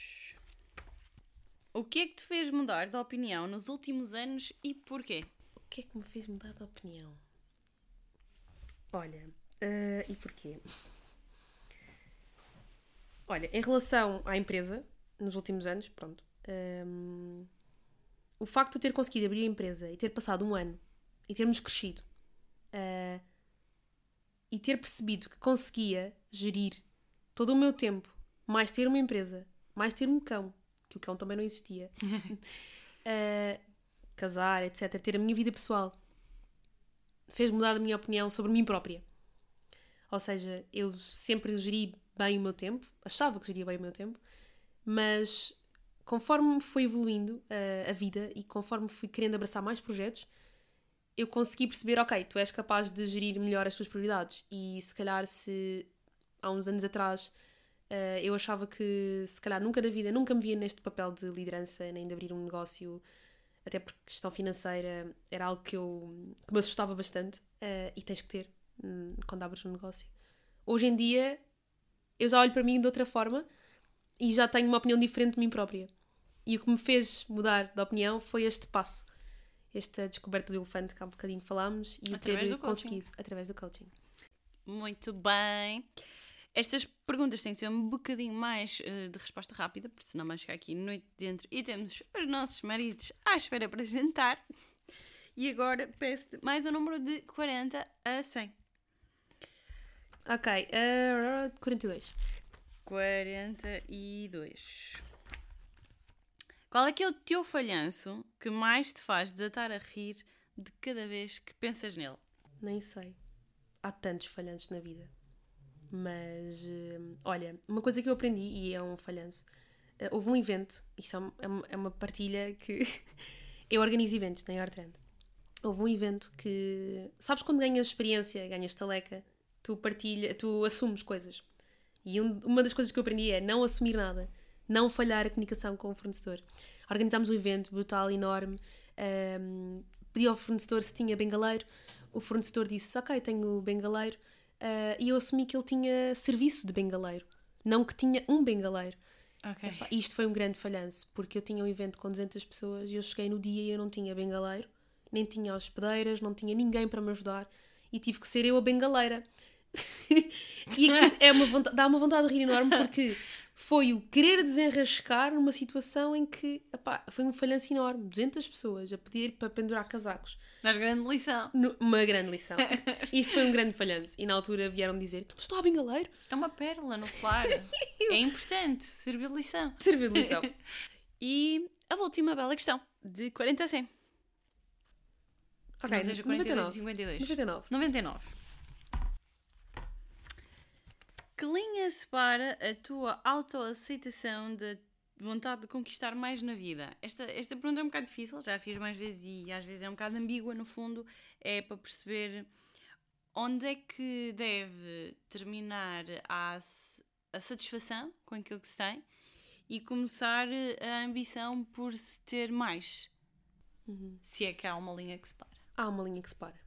O que é que te fez mudar de opinião nos últimos anos e porquê? O que é que me fez mudar de opinião? Olha, eh, e porquê? Olha, em relação à empresa, nos últimos anos, pronto, ehm, o facto de eu ter conseguido abrir a empresa e ter passado um ano e termos crescido eh, e ter percebido que conseguia gerir todo o meu tempo, mais ter uma empresa, mais ter um cão, que o cão também não existia, eh, casar, etcétera, ter a minha vida pessoal, fez mudar a minha opinião sobre mim própria. Ou seja, eu sempre geri bem o meu tempo, achava que geria bem o meu tempo, mas conforme foi evoluindo uh, a vida e conforme fui querendo abraçar mais projetos, eu consegui perceber, ok, tu és capaz de gerir melhor as tuas prioridades. E se calhar se há uns anos atrás uh, eu achava que se calhar nunca da vida, nunca me via neste papel de liderança, nem de abrir um negócio, até porque gestão financeira era algo que, eu, que me assustava bastante, uh, e tens que ter hum, quando abres um negócio. Hoje em dia eu já olho para mim de outra forma e já tenho uma opinião diferente de mim própria. E o que me fez mudar de opinião foi este passo. Esta descoberta do elefante que há um bocadinho falámos e o Através ter do coaching. conseguido através do coaching. Muito bem. Estas perguntas têm que ser um bocadinho mais uh, de resposta rápida, porque senão vamos chegar aqui noite dentro e temos os nossos maridos à espera para jantar. E agora peço-te mais um número de quarenta a cem. Ok, uh, quarenta e dois. quarenta e dois. Qual é que é o teu falhanço que mais te faz desatar a rir de cada vez que pensas nele? Nem sei. Há tantos falhanços na vida. Mas, uh, olha, uma coisa que eu aprendi, e é um falhanço, uh, houve um evento, isto é, um, é uma- é uma partilha que eu organizo eventos na Artrand. Houve um evento que, sabes quando ganhas experiência, ganhas taleca, tu partilha, tu assumes coisas. E um- uma das coisas que eu aprendi é não assumir nada, não falhar a comunicação com o fornecedor. Organizámos um evento brutal, enorme, um, pedi ao fornecedor se tinha bengaleiro, o fornecedor disse, ok, tenho bengaleiro, uh, e eu assumi que ele tinha serviço de bengaleiro, não que tinha um bengaleiro. Ok. Epá, isto foi um grande falhanço, porque eu tinha um evento com duzentas pessoas e eu cheguei no dia e eu não tinha bengaleiro, nem tinha hospedeiras, não tinha ninguém para me ajudar e tive que ser eu a bengaleira. E aqui é uma vontade, dá uma vontade de rir enorme porque foi o querer desenrascar numa situação em que epá, foi um falhanço enorme. duzentas pessoas a pedir para pendurar casacos. Mas grande lição. No- uma grande lição. Isto foi um grande falhanço. E na altura vieram-me dizer, mas estou a bengaleiro? É uma pérola no claro. É importante servir de lição. Serviu de lição. E a última bela questão, de quarenta a cem. Ok, Ou seja, quarenta e dois e noventa e nove. cinquenta e dois. noventa e nove. noventa e nove. Que linha separa a tua autoaceitação da vontade de conquistar mais na vida? Esta, esta pergunta é um bocado difícil, já a fiz mais vezes e às vezes é um bocado ambígua, no fundo. É para perceber onde é que deve terminar a, a satisfação com aquilo que se tem e começar a ambição por se ter mais. Uhum. Se é que há uma linha que separa. Há uma linha que separa.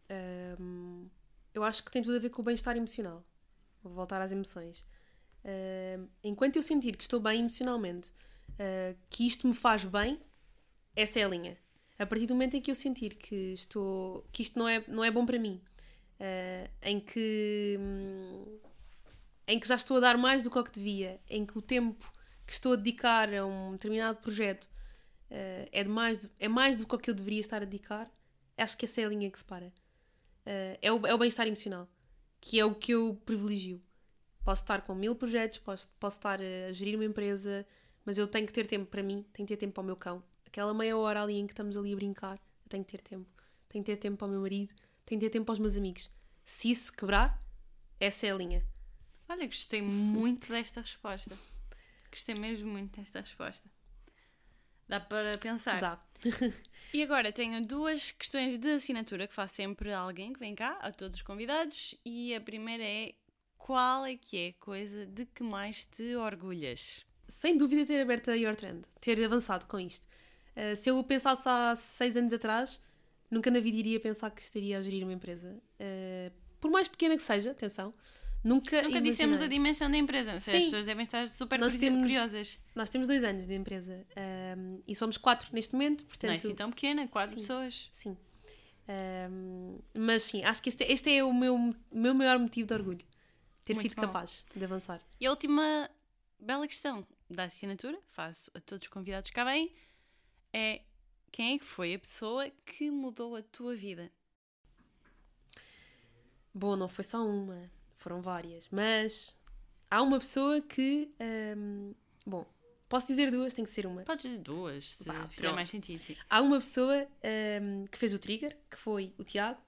Um, eu acho que tem tudo a ver com o bem-estar emocional. Vou voltar às emoções. Uh, enquanto eu sentir que estou bem emocionalmente, uh, que isto me faz bem, essa é a linha. A partir do momento em que eu sentir que, estou, que isto não é, não é bom para mim, uh, em, que, hum, em que já estou a dar mais do que o que devia, em que o tempo que estou a dedicar a um determinado projeto uh, é, de mais do, é mais do que o que eu deveria estar a dedicar, acho que essa é a linha que separa. Uh, é o, é o bem-estar emocional, que é o que eu privilegio. Posso estar com mil projetos, posso, posso estar a gerir uma empresa, mas eu tenho que ter tempo para mim, tenho que ter tempo para o meu cão. Aquela meia hora ali em que estamos ali a brincar, eu tenho que ter tempo. Tenho que ter tempo para o meu marido, tenho que ter tempo para os meus amigos. Se isso quebrar, essa é a linha. Olha, gostei muito desta resposta. Gostei mesmo muito desta resposta. Dá para pensar. Dá. E agora tenho duas questões de assinatura que faço sempre a alguém que vem cá, a todos os convidados. E a primeira é: qual é que é a coisa de que mais te orgulhas? Sem dúvida ter aberto a Your Trend, ter avançado com isto. Uh, se eu pensasse há seis anos atrás, nunca na vida iria pensar que estaria a gerir uma empresa. Uh, por mais pequena que seja, atenção, nunca Nunca imaginei. dissemos a dimensão da empresa. Não sei, as Sim. pessoas devem estar super Nós curiosas. temos- curiosas. Nós temos dois anos de empresa um, e somos quatro neste momento, portanto... Não é assim tão pequena, quatro Sim. pessoas. Sim. Um, mas sim, acho que este, este é o meu, o meu maior motivo de orgulho. Ter Muito sido bom. capaz de avançar. E a última bela questão da assinatura, faço a todos os convidados que cá vêm, é: quem é que foi a pessoa que mudou a tua vida? Bom, não foi só uma, foram várias, mas há uma pessoa que... um, bom, posso dizer duas, tem que ser uma. Podes dizer duas, se Vá, fizer pronto. mais sentido. Sim. Há uma pessoa um, que fez o trigger, que foi o Tiago,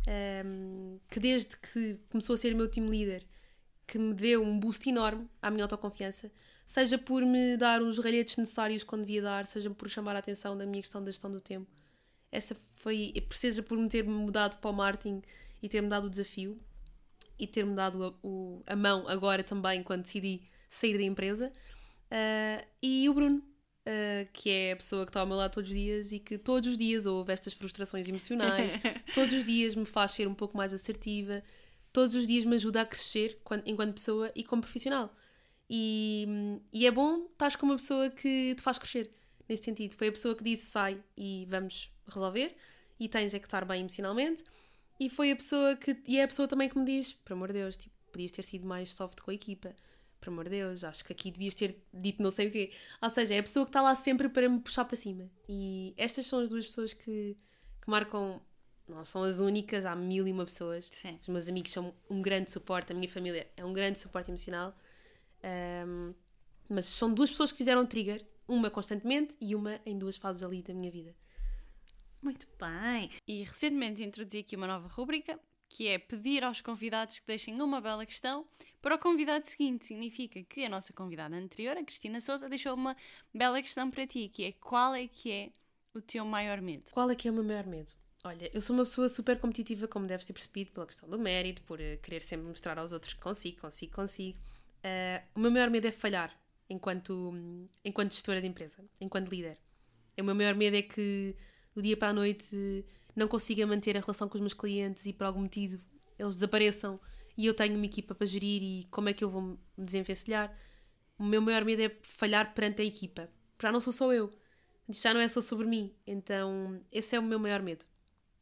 um, que desde que começou a ser o meu team leader, que me deu um boost enorme à minha autoconfiança, seja por me dar os ralhetes necessários quando devia dar, seja por chamar a atenção da minha questão da gestão do tempo. Essa foi, seja por me ter mudado para o marketing e ter-me dado o desafio e ter-me dado a, o, a mão agora também quando decidi sair da empresa. Uh, e o Bruno, uh, que é a pessoa que está ao meu lado todos os dias e que todos os dias ouve estas frustrações emocionais, todos os dias me faz ser um pouco mais assertiva, todos os dias me ajuda a crescer quando, enquanto pessoa e como profissional. E, e é bom estar com uma pessoa que te faz crescer, neste sentido. Foi a pessoa que disse: sai e vamos resolver, e tens é que estar bem emocionalmente. E foi a pessoa que... E é a pessoa também que me diz: por amor de Deus, tipo, podias ter sido mais soft com a equipa. Por amor de Deus, acho que aqui devias ter dito não sei o quê. Ou seja, é a pessoa que está lá sempre para me puxar para cima. E estas são as duas pessoas que, que marcam... Não são as únicas, há mil e uma pessoas. Sim. Os meus amigos são um grande suporte, a minha família é um grande suporte emocional. Um, mas são duas pessoas que fizeram trigger, uma constantemente e uma em duas fases ali da minha vida. Muito bem. E recentemente introduzi aqui uma nova rúbrica, que é pedir aos convidados que deixem uma bela questão para o convidado seguinte. Significa que a nossa convidada anterior, a Cristina Sousa, deixou uma bela questão para ti, que é: qual é que é o teu maior medo? Qual é que é o meu maior medo? Olha, eu sou uma pessoa super competitiva, como deves ter percebido, pela questão do mérito, por uh, querer sempre mostrar aos outros que consigo, consigo, consigo. Uh, o meu maior medo é falhar enquanto, um, enquanto gestora de empresa, enquanto líder. O meu maior medo é que do dia para a noite não consiga manter a relação com os meus clientes e por algum motivo eles desapareçam e eu tenho uma equipa para gerir e como é que eu vou me desenvencilhar. O meu maior medo é falhar perante a equipa. Já não sou só eu. Já não é só sobre mim. Então esse é o meu maior medo.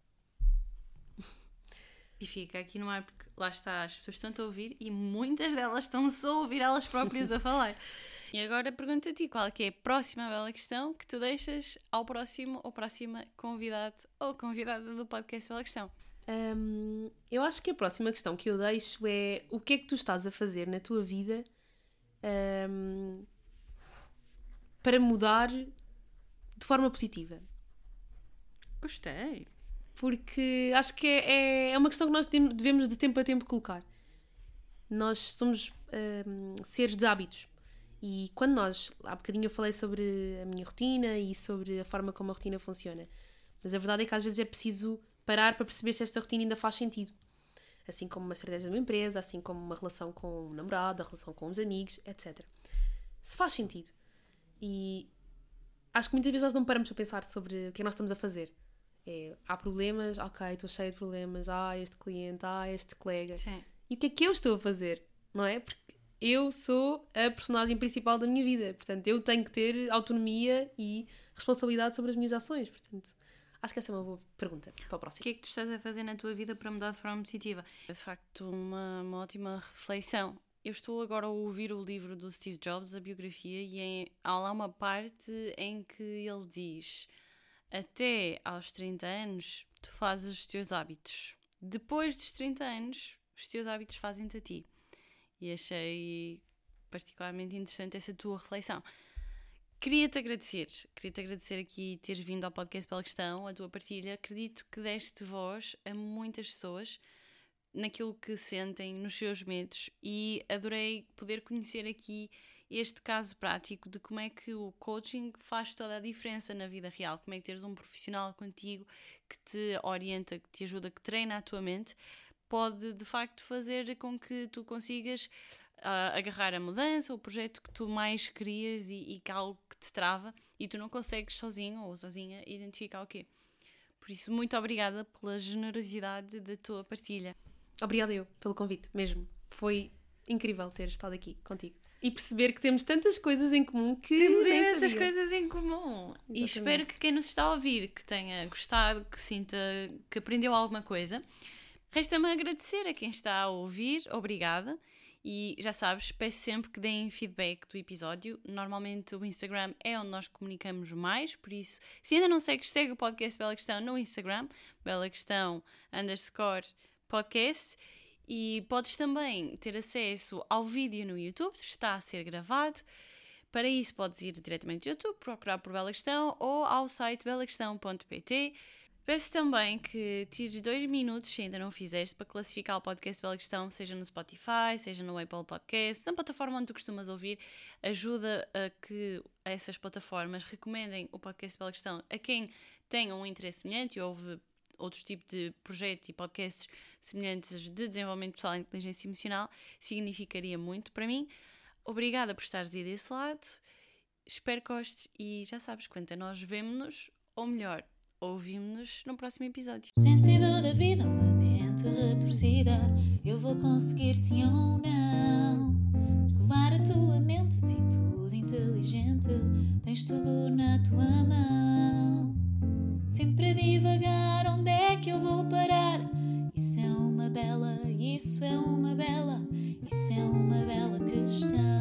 E fica aqui no ar, porque lá está, as pessoas estão-te a ouvir e muitas delas estão só a ouvir elas próprias a falar. E agora pergunto a ti, qual é que é a próxima bela questão que tu deixas ao próximo ou próxima convidado ou convidada do podcast Bela Questão? Um, eu acho que a próxima questão que eu deixo é: o que é que tu estás a fazer na tua vida um, para mudar de forma positiva. Gostei. Porque acho que é, é uma questão que nós devemos de tempo a tempo colocar. Nós somos hum, seres de hábitos. E quando nós, há bocadinho eu falei sobre a minha rotina e sobre a forma como a rotina funciona. Mas a verdade é que às vezes é preciso parar para perceber se esta rotina ainda faz sentido. Assim como uma estratégia de uma empresa, assim como uma relação com um namorado, a relação com os amigos, etcétera. Se faz sentido. E acho que muitas vezes nós não paramos para pensar sobre o que é que nós estamos a fazer. É, há problemas, ok, estou cheio de problemas, ah, este cliente, ah, este colega. Sim. E o que é que eu estou a fazer? Não é? Porque eu sou a personagem principal da minha vida. Portanto, eu tenho que ter autonomia e responsabilidade sobre as minhas ações. Portanto, acho que essa é uma boa pergunta para o próximo. O que é que tu estás a fazer na tua vida para mudar de forma positiva? É de facto uma, uma ótima reflexão. Eu estou agora a ouvir o livro do Steve Jobs, a biografia, e em, há lá uma parte em que ele diz: até aos trinta anos tu fazes os teus hábitos. Depois dos trinta anos, os teus hábitos fazem-te a ti. E achei particularmente interessante essa tua reflexão. Queria-te agradecer, queria-te agradecer aqui teres vindo ao podcast Bela Questão, a tua partilha. Acredito que deste voz a muitas pessoas naquilo que sentem, nos seus medos, e adorei poder conhecer aqui este caso prático de como é que o coaching faz toda a diferença na vida real, como é que teres um profissional contigo que te orienta, que te ajuda, que treina a tua mente, pode de facto fazer com que tu consigas uh, agarrar a mudança, o projeto que tu mais querias e, e que é algo que te trava e tu não consegues sozinho ou sozinha identificar o quê. Por isso, muito obrigada pela generosidade da tua partilha. Obrigada eu pelo convite, mesmo. Foi incrível ter estado aqui contigo. E perceber que temos tantas coisas em comum que temos nem essas sabia. coisas em comum. Exatamente. E espero que quem nos está a ouvir, que tenha gostado, que sinta que aprendeu alguma coisa. Resta-me agradecer a quem está a ouvir, obrigada. E já sabes, peço sempre que deem feedback do episódio. Normalmente o Instagram é onde nós comunicamos mais, por isso, se ainda não segues, segue o podcast Bela Questão no Instagram, Bela Questão underscore podcast. E podes também ter acesso ao vídeo no YouTube, está a ser gravado. Para isso podes ir diretamente ao YouTube, procurar por Bela Questão ou ao site bela questão ponto pt. Peço também que tires dois minutos, se ainda não fizeste, para classificar o podcast Bela Questão, seja no Spotify, seja no Apple Podcast, na plataforma onde tu costumas ouvir. Ajuda a que essas plataformas recomendem o podcast Bela Questão a quem tenha um interesse semelhante e ouve outros tipos de projetos e podcasts semelhantes de desenvolvimento pessoal e inteligência emocional. Significaria muito para mim. Obrigada por estares aí desse lado. Espero que gostes e já sabes, quanto a nós vemo-nos, ou melhor, ouvimos-nos no próximo episódio. Sentido da vida, uma mente retorcida. Eu vou conseguir sim ou não escovar a tua mente, atitude inteligente. Tens tudo na tua mão. Sempre a divagar, onde é que eu vou parar? Isso é uma bela, isso é uma bela, isso é uma bela questão.